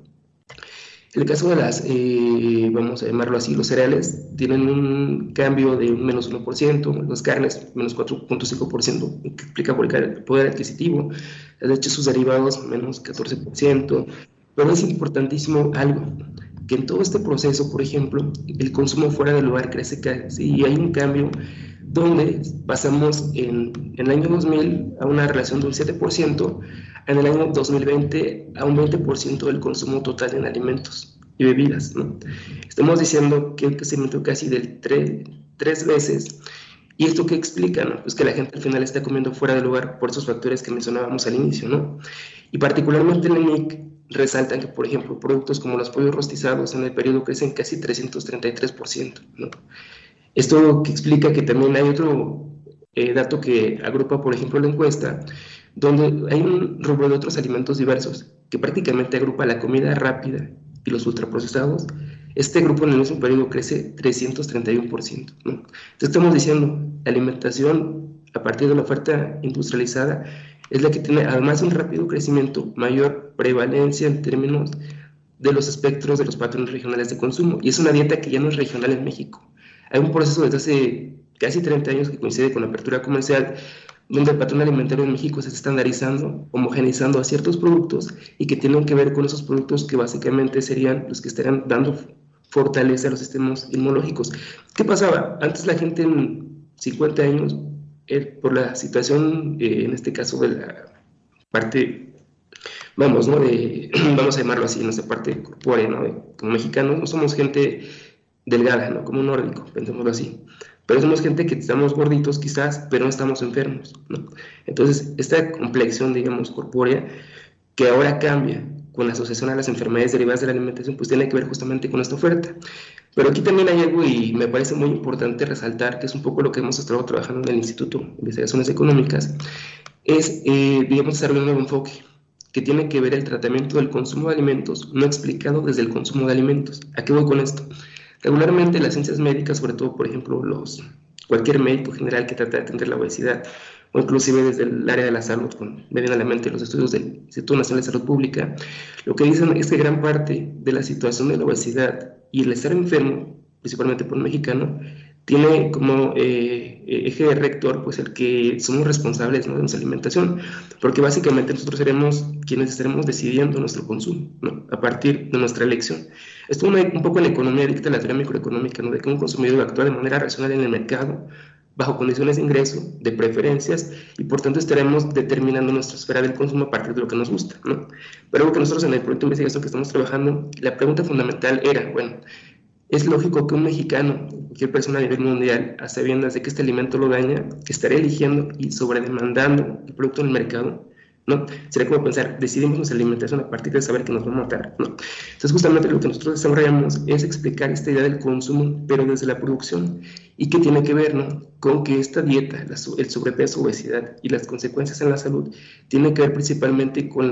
En el caso de las, eh, vamos a llamarlo así, los cereales tienen un cambio de un menos uno por ciento, las carnes menos cuatro punto cinco por ciento, que explica por el poder adquisitivo, las leches, sus derivados menos catorce por ciento, pero es importantísimo algo, que en todo este proceso, por ejemplo, el consumo fuera del hogar crece casi, y hay un cambio donde pasamos en, en el año dos mil a una relación de un siete por ciento, en el año dos mil veinte a un veinte por ciento del consumo total en alimentos y bebidas, ¿no? Estamos diciendo que el crecimiento casi del tres, tres veces. ¿Y esto qué explica, no? Pues que la gente al final está comiendo fuera del lugar por esos factores que mencionábamos al inicio, ¿no? Y particularmente en el M I C resaltan que, por ejemplo, productos como los pollos rostizados en el periodo crecen casi trescientos treinta y tres por ciento, ¿no? Esto que explica que también hay otro eh, dato que agrupa, por ejemplo, la encuesta, donde hay un rubro de otros alimentos diversos, que prácticamente agrupa la comida rápida y los ultraprocesados. Este grupo en el mismo periodo crece trescientos treinta y uno por ciento, ¿no? Entonces estamos diciendo, la alimentación a partir de la oferta industrializada es la que tiene, además de un rápido crecimiento, mayor prevalencia en términos de los espectros de los patrones regionales de consumo, y es una dieta que ya no es regional en México. Hay un proceso desde hace casi treinta años que coincide con la apertura comercial, donde el patrón alimentario en México se está estandarizando, homogeneizando a ciertos productos y que tienen que ver con esos productos que básicamente serían los que estarían dando fortaleza a los sistemas inmunológicos. ¿Qué pasaba? Antes la gente en cincuenta años, eh, por la situación, eh, en este caso de la parte, vamos, ¿no? De, vamos a llamarlo así, nuestra parte corpórea, ¿no? De, como mexicanos no somos gente delgada, ¿no?, como un nórdico, pensémoslo así, pero somos gente que estamos gorditos quizás, pero no estamos enfermos, ¿no? Entonces esta complexión, digamos, corpórea, que ahora cambia con la asociación a las enfermedades derivadas de la alimentación, pues tiene que ver justamente con esta oferta. Pero aquí también hay algo, y me parece muy importante resaltar, que es un poco lo que hemos estado trabajando en el Instituto de Investigaciones Económicas, es, eh, digamos, desarrollar un nuevo enfoque que tiene que ver el tratamiento del consumo de alimentos no explicado desde el consumo de alimentos. ¿A qué voy con esto? Regularmente las ciencias médicas, sobre todo, por ejemplo, los, cualquier médico general que trata de atender la obesidad, o inclusive desde el área de la salud, con, me vienen a la mente los estudios del Instituto Nacional de Salud Pública, lo que dicen es que gran parte de la situación de la obesidad y el estar enfermo, principalmente por un mexicano, tiene como eh, eje rector pues el que somos responsables, ¿no?, de nuestra alimentación, porque básicamente nosotros seremos quienes estaremos decidiendo nuestro consumo, ¿no?, a partir de nuestra elección. Esto una, un poco en la economía dicta la teoría microeconómica, ¿no?, de que un consumidor actúa de manera racional en el mercado, bajo condiciones de ingreso, de preferencias, y por tanto estaremos determinando nuestra esfera del consumo a partir de lo que nos gusta, ¿no? Pero algo que nosotros en el proyecto de investigación que estamos trabajando, la pregunta fundamental era, bueno, es lógico que un mexicano, cualquier persona a nivel mundial, a sabiendas de que este alimento lo daña, estaría eligiendo y sobredemandando el producto en el mercado, ¿no? Sería como pensar, decidimos nuestra alimentación a partir de saber que nos va a matar, ¿no? Entonces justamente lo que nosotros desarrollamos es explicar esta idea del consumo, pero desde la producción, y que tiene que ver, ¿no?, con que esta dieta, la, el sobrepeso, obesidad y las consecuencias en la salud, tiene que ver principalmente con la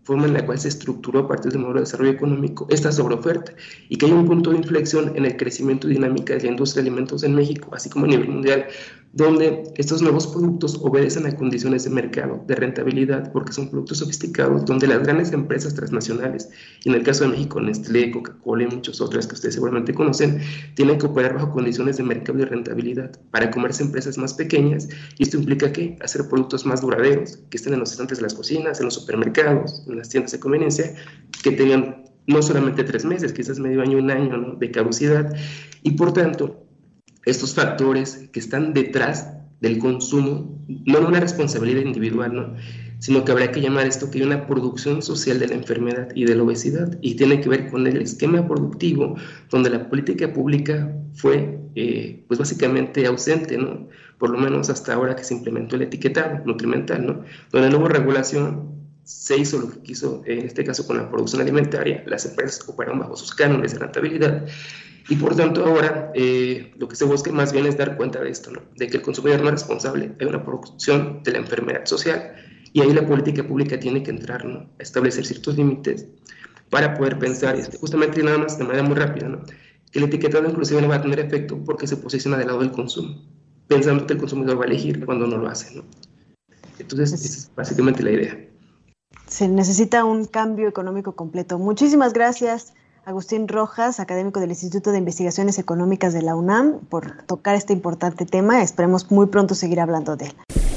forma en la cual se estructuró a partir del modelo de desarrollo económico esta sobreoferta, y que hay un punto de inflexión en el crecimiento y dinámica de la industria de alimentos en México, así como a nivel mundial, donde estos nuevos productos obedecen a condiciones de mercado, de rentabilidad, porque son productos sofisticados, donde las grandes empresas transnacionales, y en el caso de México, Nestlé, Coca-Cola y muchas otras que ustedes seguramente conocen, tienen que operar bajo condiciones de mercado y rentabilidad para comerse empresas más pequeñas, y esto implica que hacer productos más duraderos, que estén en los estantes de las cocinas, en los supermercados, en las tiendas de conveniencia, que tengan no solamente tres meses, quizás medio año, un año, ¿no?, de caducidad, y por tanto, estos factores que están detrás del consumo, no en una responsabilidad individual, ¿no?, sino que habría que llamar esto que hay una producción social de la enfermedad y de la obesidad, y tiene que ver con el esquema productivo donde la política pública fue eh, pues básicamente ausente, ¿no?, por lo menos hasta ahora que se implementó el etiquetado nutrimental, ¿no?, donde no hubo regulación, se hizo lo que quiso, en este caso con la producción alimentaria, las empresas operaron bajo sus cánones de rentabilidad, y por tanto ahora eh, lo que se busca más bien es dar cuenta de esto, ¿no?, de que el consumidor no es responsable, hay una producción de la enfermedad social, y ahí la política pública tiene que entrar, ¿no?, a establecer ciertos límites para poder pensar, y justamente nada más de manera muy rápida, ¿no?, que el etiquetado inclusive no va a tener efecto porque se posiciona del lado del consumo, pensando que el consumidor va a elegir cuando no lo hace, ¿no? Entonces, esa es básicamente la idea. Se necesita un cambio económico completo. Muchísimas gracias, Agustín Rojas, académico del Instituto de Investigaciones Económicas de la UNAM, por tocar este importante tema. Esperemos muy pronto seguir hablando de él.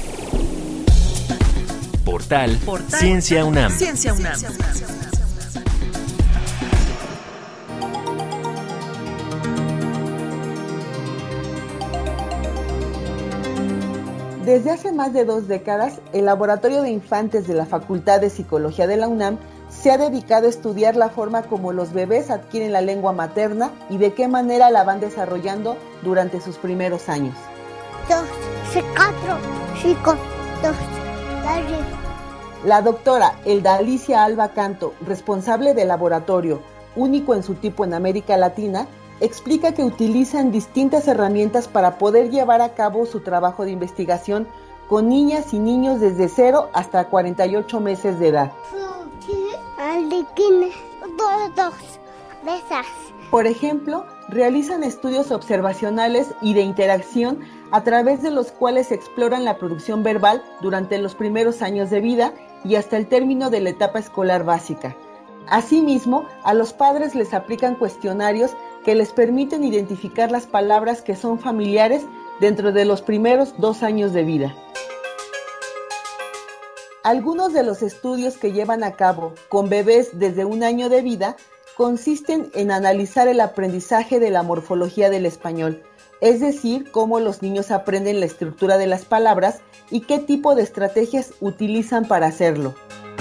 Portal, Portal Ciencia UNAM. Ciencia UNAM. Desde hace más de dos décadas, el Laboratorio de Infantes de la Facultad de Psicología de la UNAM se ha dedicado a estudiar la forma como los bebés adquieren la lengua materna y de qué manera la van desarrollando durante sus primeros años. Dos, cuatro, cinco, dos, tres. La doctora Elda Alicia Alba Canto, responsable del laboratorio, único en su tipo en América Latina, explica que utilizan distintas herramientas para poder llevar a cabo su trabajo de investigación con niñas y niños desde cero hasta cuarenta y ocho meses de edad. Por ejemplo, realizan estudios observacionales y de interacción a través de los cuales exploran la producción verbal durante los primeros años de vida y hasta el término de la etapa escolar básica. Asimismo, a los padres les aplican cuestionarios que les permiten identificar las palabras que son familiares dentro de los primeros dos años de vida. Algunos de los estudios que llevan a cabo con bebés desde un año de vida consisten en analizar el aprendizaje de la morfología del español, es decir, cómo los niños aprenden la estructura de las palabras y qué tipo de estrategias utilizan para hacerlo.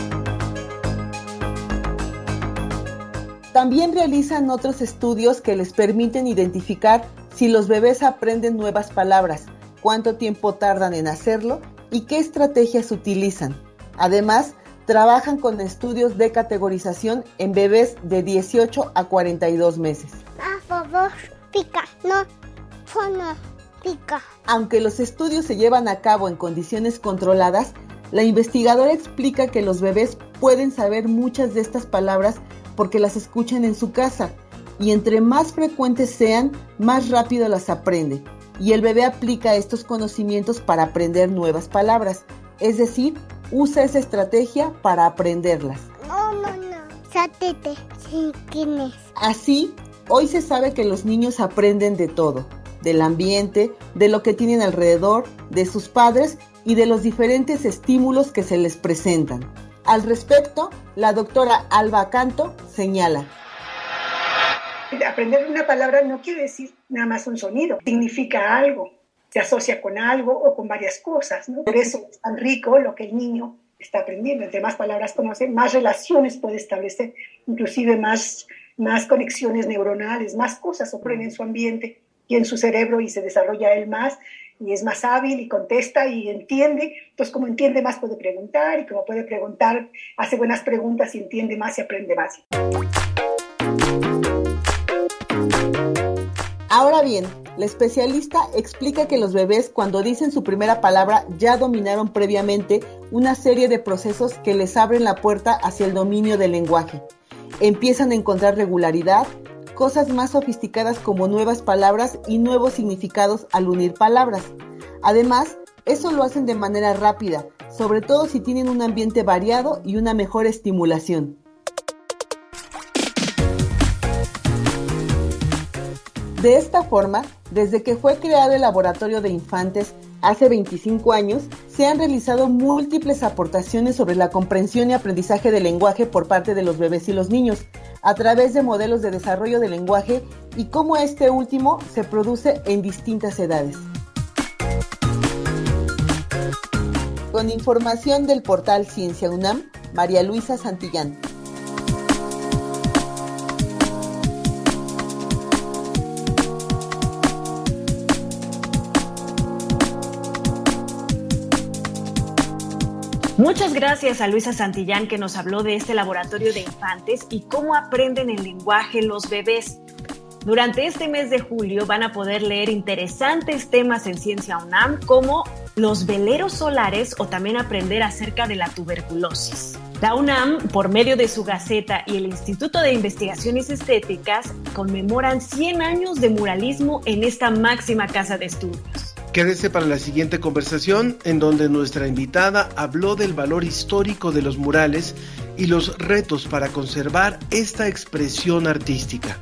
También realizan otros estudios que les permiten identificar si los bebés aprenden nuevas palabras, cuánto tiempo tardan en hacerlo y qué estrategias utilizan. Además, trabajan con estudios de categorización en bebés de dieciocho a cuarenta y dos meses. A favor, pica, no, no, pica. Aunque los estudios se llevan a cabo en condiciones controladas, la investigadora explica que los bebés pueden saber muchas de estas palabras porque las escuchan en su casa, y entre más frecuentes sean, más rápido las aprende, y el bebé aplica estos conocimientos para aprender nuevas palabras, es decir, usa esa estrategia para aprenderlas. No, no, no, sátete, sí, ¿quién es? Así, hoy se sabe que los niños aprenden de todo, del ambiente, de lo que tienen alrededor, de sus padres y de los diferentes estímulos que se les presentan. Al respecto, la doctora Alba Canto señala: aprender una palabra no quiere decir nada más un sonido, significa algo, se asocia con algo o con varias cosas, ¿no? Por eso es tan rico lo que el niño está aprendiendo. Entre más palabras conoce, más relaciones puede establecer, inclusive más, más conexiones neuronales, más cosas ocurren en su ambiente y en su cerebro y se desarrolla él más y es más hábil y contesta y entiende. Entonces, como entiende más, puede preguntar, y como puede preguntar, hace buenas preguntas y entiende más y aprende más. Ahora bien, la especialista explica que los bebés cuando dicen su primera palabra ya dominaron previamente una serie de procesos que les abren la puerta hacia el dominio del lenguaje. Empiezan a encontrar regularidad, cosas más sofisticadas como nuevas palabras y nuevos significados al unir palabras. Además, eso lo hacen de manera rápida, sobre todo si tienen un ambiente variado y una mejor estimulación. De esta forma, desde que fue creado el Laboratorio de Infantes hace veinticinco años, se han realizado múltiples aportaciones sobre la comprensión y aprendizaje del lenguaje por parte de los bebés y los niños, a través de modelos de desarrollo del lenguaje y cómo este último se produce en distintas edades. Con información del portal Ciencia UNAM, María Luisa Santillán. Muchas gracias a Luisa Santillán, que nos habló de este laboratorio de infantes y cómo aprenden el lenguaje los bebés. Durante este mes de julio van a poder leer interesantes temas en Ciencia UNAM como los veleros solares o también aprender acerca de la tuberculosis. La UNAM, por medio de su Gaceta y el Instituto de Investigaciones Estéticas, conmemoran cien años de muralismo en esta máxima casa de estudios. Quédese para la siguiente conversación, en donde nuestra invitada habló del valor histórico de los murales y los retos para conservar esta expresión artística.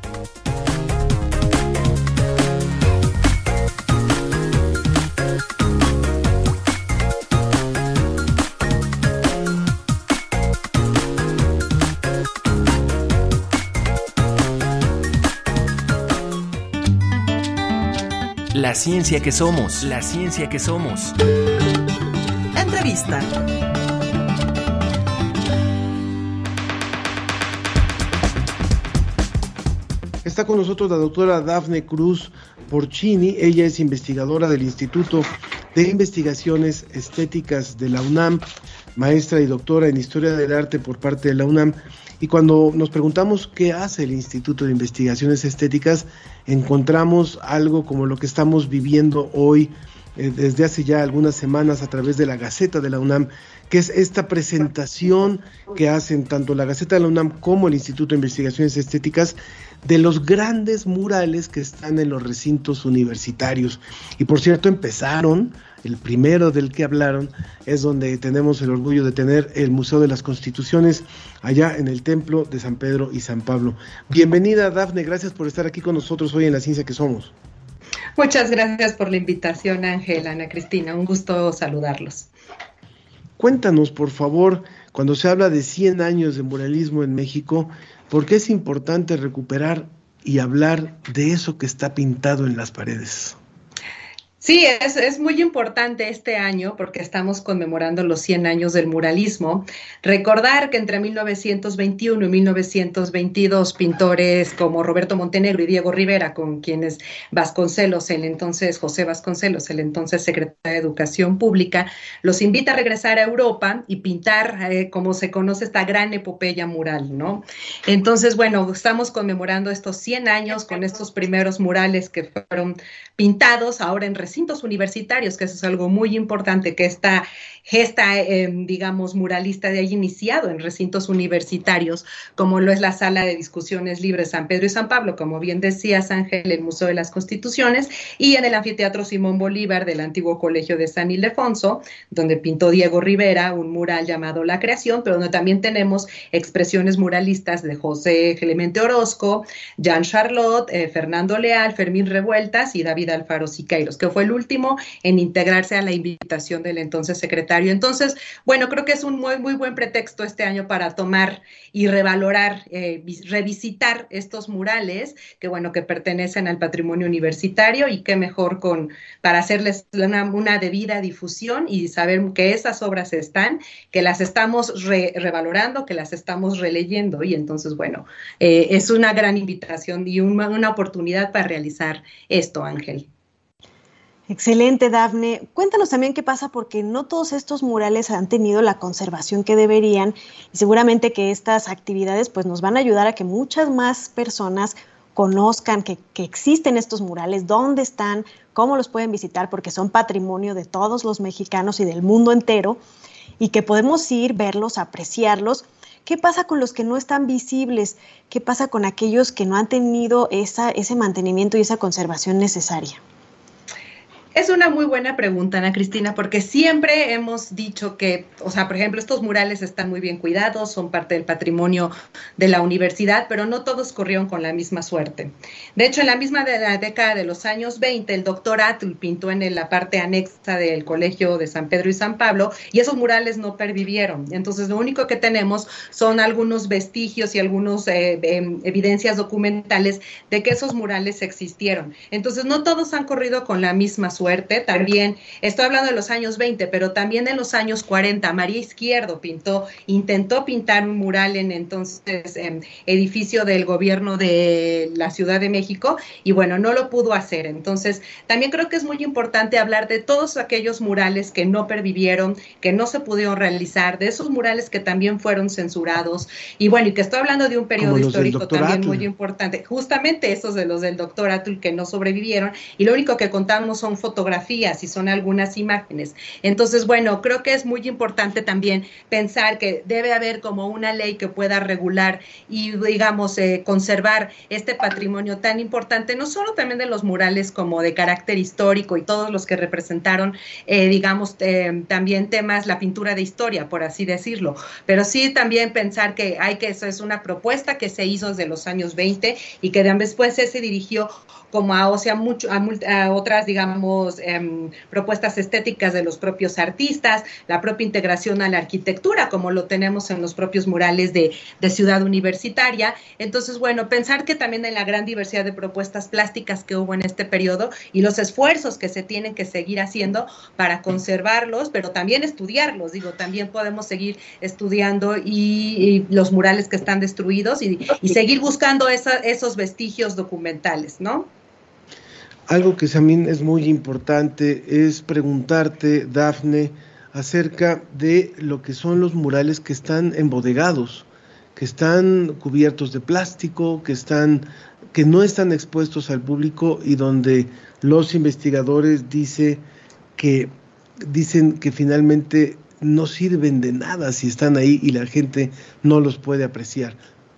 La ciencia que somos, la ciencia que somos. Entrevista. Está con nosotros la doctora Dafne Cruz Porcini. Ella es investigadora del Instituto de Investigaciones Estéticas de la UNAM, maestra y doctora en Historia del Arte por parte de la UNAM. Y cuando nos preguntamos qué hace el Instituto de Investigaciones Estéticas, encontramos algo como lo que estamos viviendo hoy, eh, desde hace ya algunas semanas a través de la Gaceta de la UNAM, que es esta presentación que hacen tanto la Gaceta de la UNAM como el Instituto de Investigaciones Estéticas de los grandes murales que están en los recintos universitarios. Y por cierto, empezaron, el primero del que hablaron es donde tenemos el orgullo de tener el Museo de las Constituciones, allá en el Templo de San Pedro y San Pablo. Bienvenida, Dafne, gracias por estar aquí con nosotros hoy en La Ciencia que Somos. Muchas gracias por la invitación, Ángel, Ana Cristina, un gusto saludarlos. Cuéntanos, por favor, cuando se habla de cien años de muralismo en México, ¿por qué es importante recuperar y hablar de eso que está pintado en las paredes? Sí, es, es muy importante este año porque estamos conmemorando los cien años del muralismo. Recordar que entre mil novecientos veintiuno y mil novecientos veintidós pintores como Roberto Montenegro y Diego Rivera, con quienes Vasconcelos, el entonces José Vasconcelos, el entonces secretario de Educación Pública, los invita a regresar a Europa y pintar, eh, como se conoce, esta gran epopeya mural, ¿no? Entonces, bueno, estamos conmemorando estos cien años con estos primeros murales que fueron pintados ahora en recintos universitarios, que eso es algo muy importante, que esta gesta, eh, digamos, muralista de haya iniciado en recintos universitarios, como lo es la Sala de Discusiones Libres San Pedro y San Pablo, como bien decías, Ángel, el Museo de las Constituciones, y en el Anfiteatro Simón Bolívar del antiguo Colegio de San Ildefonso, donde pintó Diego Rivera un mural llamado La Creación, pero donde también tenemos expresiones muralistas de José Clemente Orozco, Jean Charlotte, eh, Fernando Leal, Fermín Revueltas y David Alfaro Siqueiros, que fue el último en integrarse a la invitación del entonces secretario. Entonces, bueno, creo que es un muy, muy buen pretexto este año para tomar y revalorar, eh, revisitar estos murales que, bueno, que pertenecen al patrimonio universitario y qué mejor con, para hacerles una, una debida difusión y saber que esas obras están, que las estamos re, revalorando, que las estamos releyendo y entonces, bueno, eh, es una gran invitación y una, una oportunidad para realizar esto, Ángel. Excelente, Dafne. Cuéntanos también qué pasa, porque no todos estos murales han tenido la conservación que deberían y seguramente que estas actividades pues nos van a ayudar a que muchas más personas conozcan que, que existen estos murales, dónde están, cómo los pueden visitar, porque son patrimonio de todos los mexicanos y del mundo entero, y que podemos ir, verlos, apreciarlos. ¿Qué pasa con los que no están visibles? ¿Qué pasa con aquellos que no han tenido esa, ese mantenimiento y esa conservación necesaria? Es una muy buena pregunta, Ana Cristina, porque siempre hemos dicho que, o sea, por ejemplo, estos murales están muy bien cuidados, son parte del patrimonio de la universidad, pero no todos corrieron con la misma suerte. De hecho, en la misma de la década de los años veinte, el doctor Atl pintó en la parte anexa del Colegio de San Pedro y San Pablo, y esos murales no pervivieron. Entonces, lo único que tenemos son algunos vestigios y algunas eh, eh, evidencias documentales de que esos murales existieron. Entonces, no todos han corrido con la misma suerte. Suerte, también, estoy hablando de los años veinte, pero también en los años cuarenta, María Izquierdo pintó, intentó pintar un mural en entonces eh, edificio del gobierno de la Ciudad de México, y bueno, no lo pudo hacer. Entonces, también creo que es muy importante hablar de todos aquellos murales que no pervivieron, que no se pudieron realizar, de esos murales que también fueron censurados, y bueno, y que estoy hablando de un periodo histórico también Atl. Muy importante, justamente esos de los del doctor Atl que no sobrevivieron, y lo único que contamos son fotos fotografías y son algunas imágenes. Entonces, bueno, creo que es muy importante también pensar que debe haber como una ley que pueda regular y, digamos, eh, conservar este patrimonio tan importante, no solo también de los murales como de carácter histórico y todos los que representaron, eh, digamos, eh, también temas, la pintura de historia, por así decirlo, pero sí también pensar que hay que, eso es una propuesta que se hizo desde los años veinte y que después se dirigió como a, o sea, mucho, a, a otras, digamos, eh, propuestas estéticas de los propios artistas, la propia integración a la arquitectura, como lo tenemos en los propios murales de, de Ciudad Universitaria. Entonces, bueno, pensar que también en la gran diversidad de propuestas plásticas que hubo en este periodo y los esfuerzos que se tienen que seguir haciendo para conservarlos, pero también estudiarlos, digo, también podemos seguir estudiando y, y los murales que están destruidos y, y seguir buscando esa, esos vestigios documentales, ¿no? Algo que también es muy importante es preguntarte, Dafne, acerca de lo que son los murales que están embodegados, que están cubiertos de plástico, que están, que no están expuestos al público y donde los investigadores dice que, dicen que finalmente no sirven de nada si están ahí y la gente no los puede apreciar.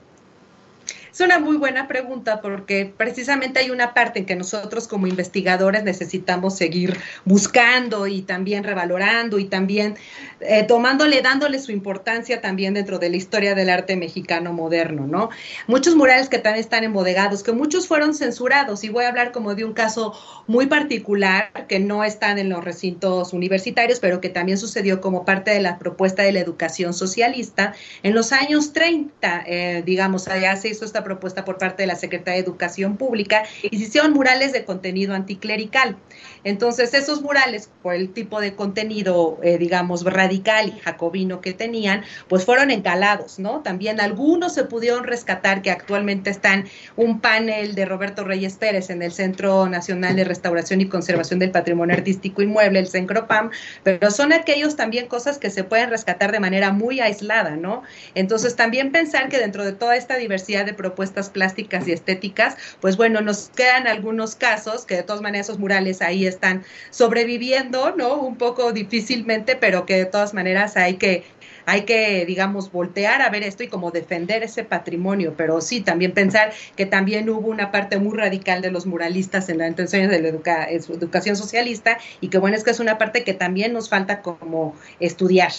Es una muy buena pregunta porque precisamente hay una parte en que nosotros como investigadores necesitamos seguir buscando y también revalorando y también eh, tomándole, dándole su importancia también dentro de la historia del arte mexicano moderno, ¿no? Muchos murales que también están embodegados, que muchos fueron censurados, y voy a hablar como de un caso muy particular que no están en los recintos universitarios, pero que también sucedió como parte de la propuesta de la educación socialista. En los años treinta, eh, digamos, allá se hizo esta propuesta por parte de la Secretaría de Educación Pública y se hicieron murales de contenido anticlerical. Entonces, esos murales, por el tipo de contenido, eh, digamos, radical y jacobino que tenían, pues fueron encalados, ¿no? También algunos se pudieron rescatar, que actualmente están un panel de Roberto Reyes Pérez en el Centro Nacional de Restauración y Conservación del Patrimonio Artístico Inmueble, el CENCROPAM, pero son aquellos también cosas que se pueden rescatar de manera muy aislada, ¿no? Entonces, también pensar que dentro de toda esta diversidad de propuestas plásticas y estéticas, pues bueno, nos quedan algunos casos que de todas maneras esos murales ahí están sobreviviendo, ¿no? Un poco difícilmente, pero que de todas maneras hay que hay que, digamos, voltear a ver esto y como defender ese patrimonio, pero sí, también pensar que también hubo una parte muy radical de los muralistas en las intenciones de la educa- educación socialista y que bueno, es que es una parte que también nos falta como estudiar.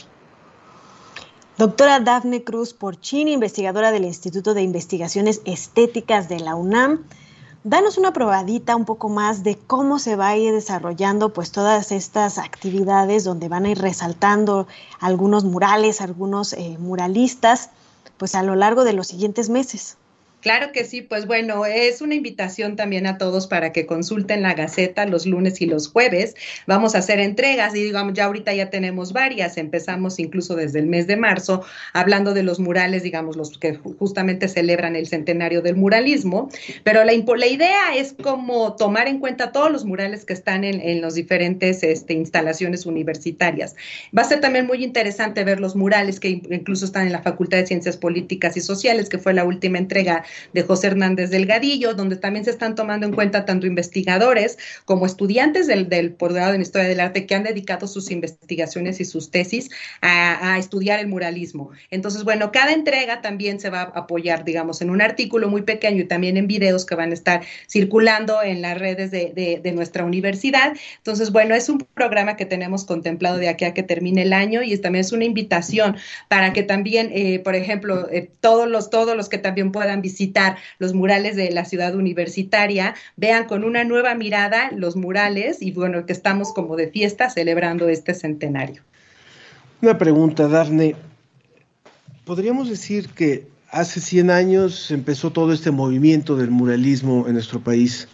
Doctora Dafne Cruz Porcini, investigadora del Instituto de Investigaciones Estéticas de la UNAM, danos una probadita un poco más de cómo se va a ir desarrollando pues todas estas actividades donde van a ir resaltando algunos murales, algunos eh, muralistas, pues a lo largo de los siguientes meses. Claro que sí, pues bueno, es una invitación también a todos para que consulten la Gaceta los lunes y los jueves. Vamos a hacer entregas y digamos, ya ahorita ya tenemos varias, empezamos incluso desde el mes de marzo, hablando de los murales, digamos, los que justamente celebran el centenario del muralismo, pero la, la idea es como tomar en cuenta todos los murales que están en, en las diferentes este, instalaciones universitarias. Va a ser también muy interesante ver los murales que incluso están en la Facultad de Ciencias Políticas y Sociales, que fue la última entrega de José Hernández Delgadillo, donde también se están tomando en cuenta tanto investigadores como estudiantes del, del posgrado en Historia del Arte que han dedicado sus investigaciones y sus tesis a, a estudiar el muralismo. Entonces, bueno, cada entrega también se va a apoyar, digamos, en un artículo muy pequeño y también en videos que van a estar circulando en las redes de, de, de nuestra universidad. Entonces, bueno, es un programa que tenemos contemplado de aquí a que termine el año y es, también es una invitación para que también, eh, por ejemplo, eh, todos los, todos los que también puedan visitar los murales de la ciudad universitaria, vean con una nueva mirada los murales y bueno, que estamos como de fiesta celebrando este centenario. Una pregunta, Dafne. ¿Podríamos decir que hace cien años empezó todo este movimiento del muralismo en nuestro país?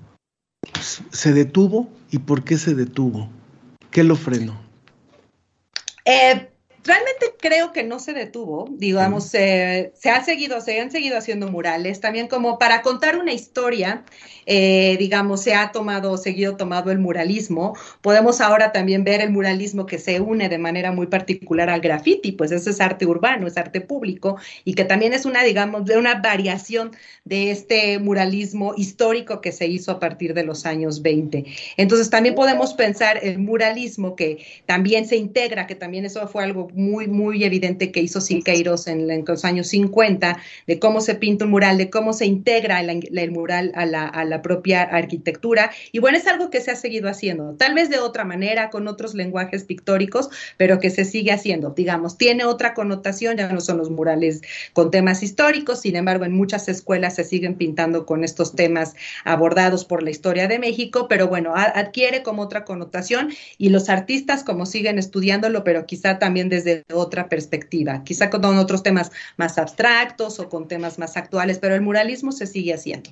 ¿Se detuvo? ¿Y por qué se detuvo? ¿Qué lo frenó? Eh, realmente creo que no se detuvo, digamos, eh, se ha seguido, se han seguido haciendo murales, también como para contar una historia, eh, digamos, se ha tomado, seguido tomado el muralismo. Podemos ahora también ver el muralismo que se une de manera muy particular al graffiti, pues eso es arte urbano, es arte público, y que también es una, digamos, de una variación de este muralismo histórico que se hizo a partir de los años veinte. Entonces también podemos pensar el muralismo que también se integra, que también eso fue algo muy, muy evidente que hizo Siqueiros en, en los años cincuenta, de cómo se pinta un mural, de cómo se integra la, la, el mural a la, a la propia arquitectura. Y bueno, es algo que se ha seguido haciendo, tal vez de otra manera, con otros lenguajes pictóricos, pero que se sigue haciendo. Digamos, tiene otra connotación, ya no son los murales con temas históricos, sin embargo, en muchas escuelas se siguen pintando con estos temas abordados por la historia de México, pero bueno, a, adquiere como otra connotación y los artistas como siguen estudiándolo, pero quizá también desde otra perspectiva, quizá con otros temas más abstractos o con temas más actuales, pero el muralismo se sigue haciendo.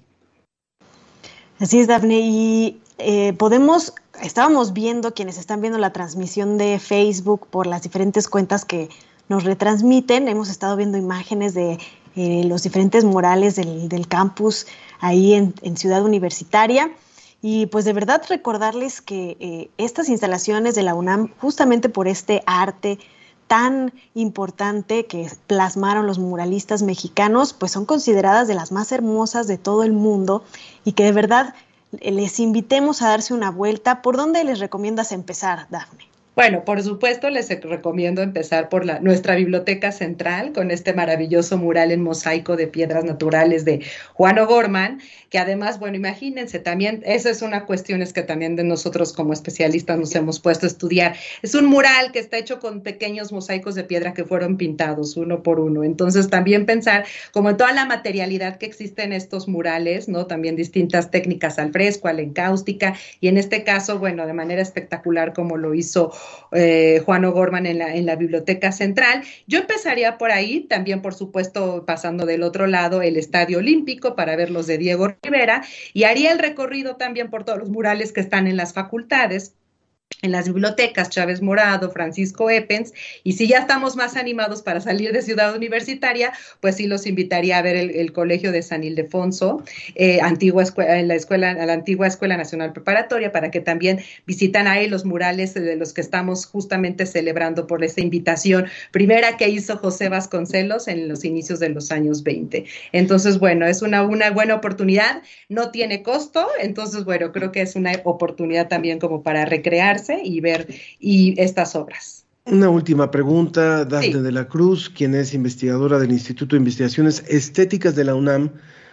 Así es, Dafne, y eh, podemos, estábamos viendo, quienes están viendo la transmisión de Facebook por las diferentes cuentas que nos retransmiten, hemos estado viendo imágenes de eh, los diferentes murales del, del campus ahí en, en Ciudad Universitaria. Y pues de verdad recordarles que eh, estas instalaciones de la UNAM, justamente por este arte tan importante que plasmaron los muralistas mexicanos, pues son consideradas de las más hermosas de todo el mundo y que de verdad les invitemos a darse una vuelta. ¿Por dónde les recomiendas empezar, Dafne? Bueno, por supuesto, les recomiendo empezar por la, nuestra biblioteca central con este maravilloso mural en mosaico de piedras naturales de Juan O'Gorman, que además, bueno, imagínense, también, esa es una cuestión es que también de nosotros como especialistas nos hemos puesto a estudiar. Es un mural que está hecho con pequeños mosaicos de piedra que fueron pintados uno por uno. Entonces, también pensar como en toda la materialidad que existe en estos murales, ¿no? También distintas técnicas al fresco, a la encáustica, y en este caso, bueno, de manera espectacular como lo hizo Eh, Juan O'Gorman en la, en la Biblioteca Central. Yo empezaría por ahí, también por supuesto pasando del otro lado el Estadio Olímpico para ver los de Diego Rivera, y haría el recorrido también por todos los murales que están en las facultades, en las bibliotecas, Chávez Morado, Francisco Eppens, y si ya estamos más animados para salir de Ciudad Universitaria, pues sí los invitaría a ver el, el Colegio de San Ildefonso, eh, antigua escuela, en la escuela, a la antigua Escuela Nacional Preparatoria, para que también visitan ahí los murales de los que estamos justamente celebrando por esa invitación primera que hizo José Vasconcelos en los inicios de los años veinte. Entonces, bueno, es una, una buena oportunidad, no tiene costo, entonces, bueno, creo que es una oportunidad también como para recrearse y ver y estas obras. Una última pregunta, Dafne Sí. de la Cruz, quien es investigadora del Instituto de Investigaciones Estéticas de la UNAM,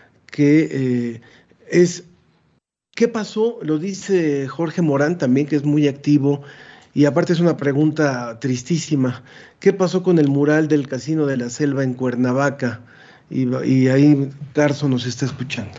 que eh, es, ¿qué pasó? Lo dice Jorge Morán también, que es muy activo, y aparte es una pregunta tristísima. ¿Qué pasó con el mural del Casino de la Selva en Cuernavaca? Y, y ahí Tarso nos está escuchando.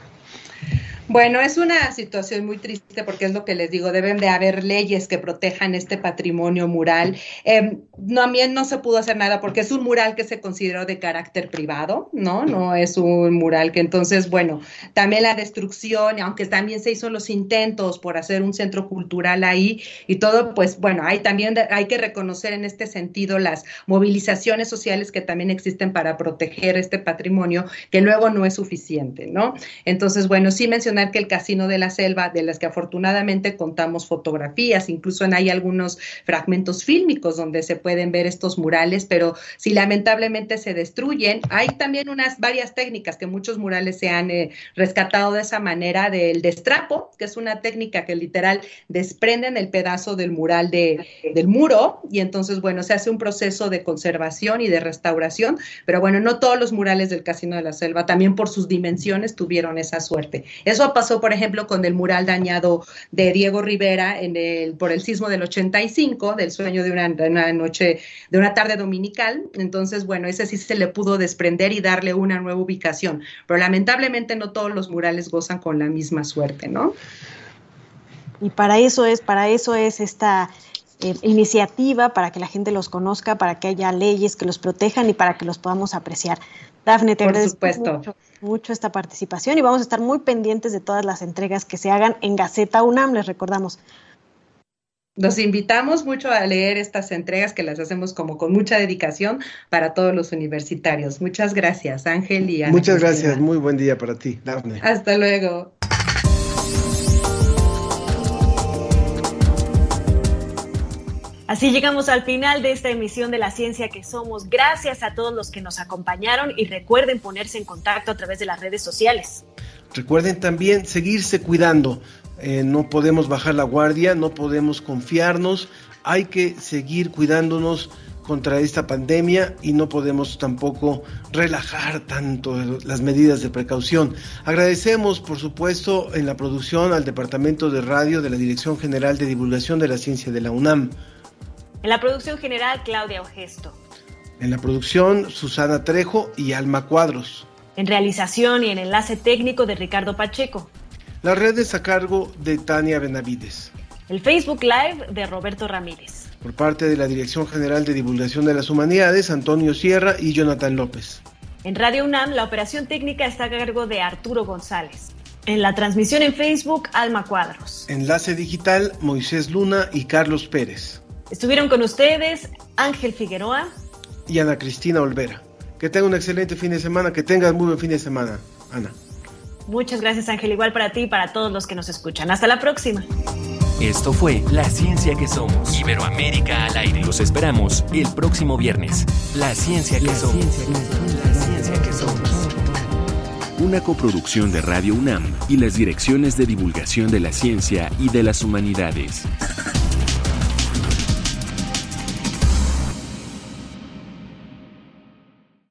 Bueno, es una situación muy triste porque es lo que les digo, deben de haber leyes que protejan este patrimonio mural. Eh, no, también no se pudo hacer nada porque es un mural que se consideró de carácter privado, ¿no? No es un mural que entonces, bueno, también la destrucción, aunque también se hizo los intentos por hacer un centro cultural ahí y todo, pues bueno, hay también hay que reconocer en este sentido las movilizaciones sociales que también existen para proteger este patrimonio, que luego no es suficiente, ¿no? Entonces, bueno, sí mencionar mencionar que el Casino de la Selva, de las que afortunadamente contamos fotografías, incluso hay algunos fragmentos fílmicos donde se pueden ver estos murales, pero si lamentablemente se destruyen, hay también unas varias técnicas que muchos murales se han eh, rescatado de esa manera, del destrapo, que es una técnica que literal desprenden el pedazo del mural de, del muro, y entonces, bueno, se hace un proceso de conservación y de restauración, pero bueno, no todos los murales del Casino de la Selva, también por sus dimensiones, tuvieron esa suerte. Eso pasó, por ejemplo, con el mural dañado de Diego Rivera en el, por el sismo del ochenta y cinco, del sueño de una, de una noche, de una tarde dominical. Entonces, bueno, ese sí se le pudo desprender y darle una nueva ubicación, pero lamentablemente no todos los murales gozan con la misma suerte, ¿no? Y para eso es, para eso es esta eh, iniciativa, para que la gente los conozca, para que haya leyes que los protejan y para que los podamos apreciar. Dafne, te Por agradezco supuesto. mucho, mucho esta participación y vamos a estar muy pendientes de todas las entregas que se hagan en Gaceta UNAM, les recordamos. Los invitamos mucho a leer estas entregas que las hacemos como con mucha dedicación para todos los universitarios. Muchas gracias, Ángel y Ana Muchas Cristina. gracias, muy buen día para ti, Dafne. Hasta luego. Así llegamos al final de esta emisión de La Ciencia que Somos. Gracias a todos los que nos acompañaron y recuerden ponerse en contacto a través de las redes sociales. Recuerden también seguirse cuidando. Eh, no podemos bajar la guardia, no podemos confiarnos, hay que seguir cuidándonos contra esta pandemia y no podemos tampoco relajar tanto las medidas de precaución. Agradecemos, por supuesto, en la producción al Departamento de Radio de la Dirección General de Divulgación de la Ciencia de la UNAM. En la producción general, Claudia Ogesto. En la producción, Susana Trejo y Alma Cuadros. En realización y en enlace técnico de Ricardo Pacheco. Las redes a cargo de Tania Benavides. El Facebook Live de Roberto Ramírez. Por parte de la Dirección General de Divulgación de las Humanidades, Antonio Sierra y Jonathan López. En Radio UNAM, la operación técnica está a cargo de Arturo González. En la transmisión en Facebook, Alma Cuadros. Enlace digital, Moisés Luna y Carlos Pérez. Estuvieron con ustedes Ángel Figueroa y Ana Cristina Olvera. Que tengan un excelente fin de semana, que tengan muy buen fin de semana, Ana. Muchas gracias, Ángel, igual para ti y para todos los que nos escuchan. Hasta la próxima. Esto fue La Ciencia que Somos. Iberoamérica al aire. Los esperamos el próximo viernes. La Ciencia que La Somos. Ciencia que, la Ciencia que Somos. Una coproducción de Radio UNAM y las Direcciones de Divulgación de la Ciencia y de las Humanidades.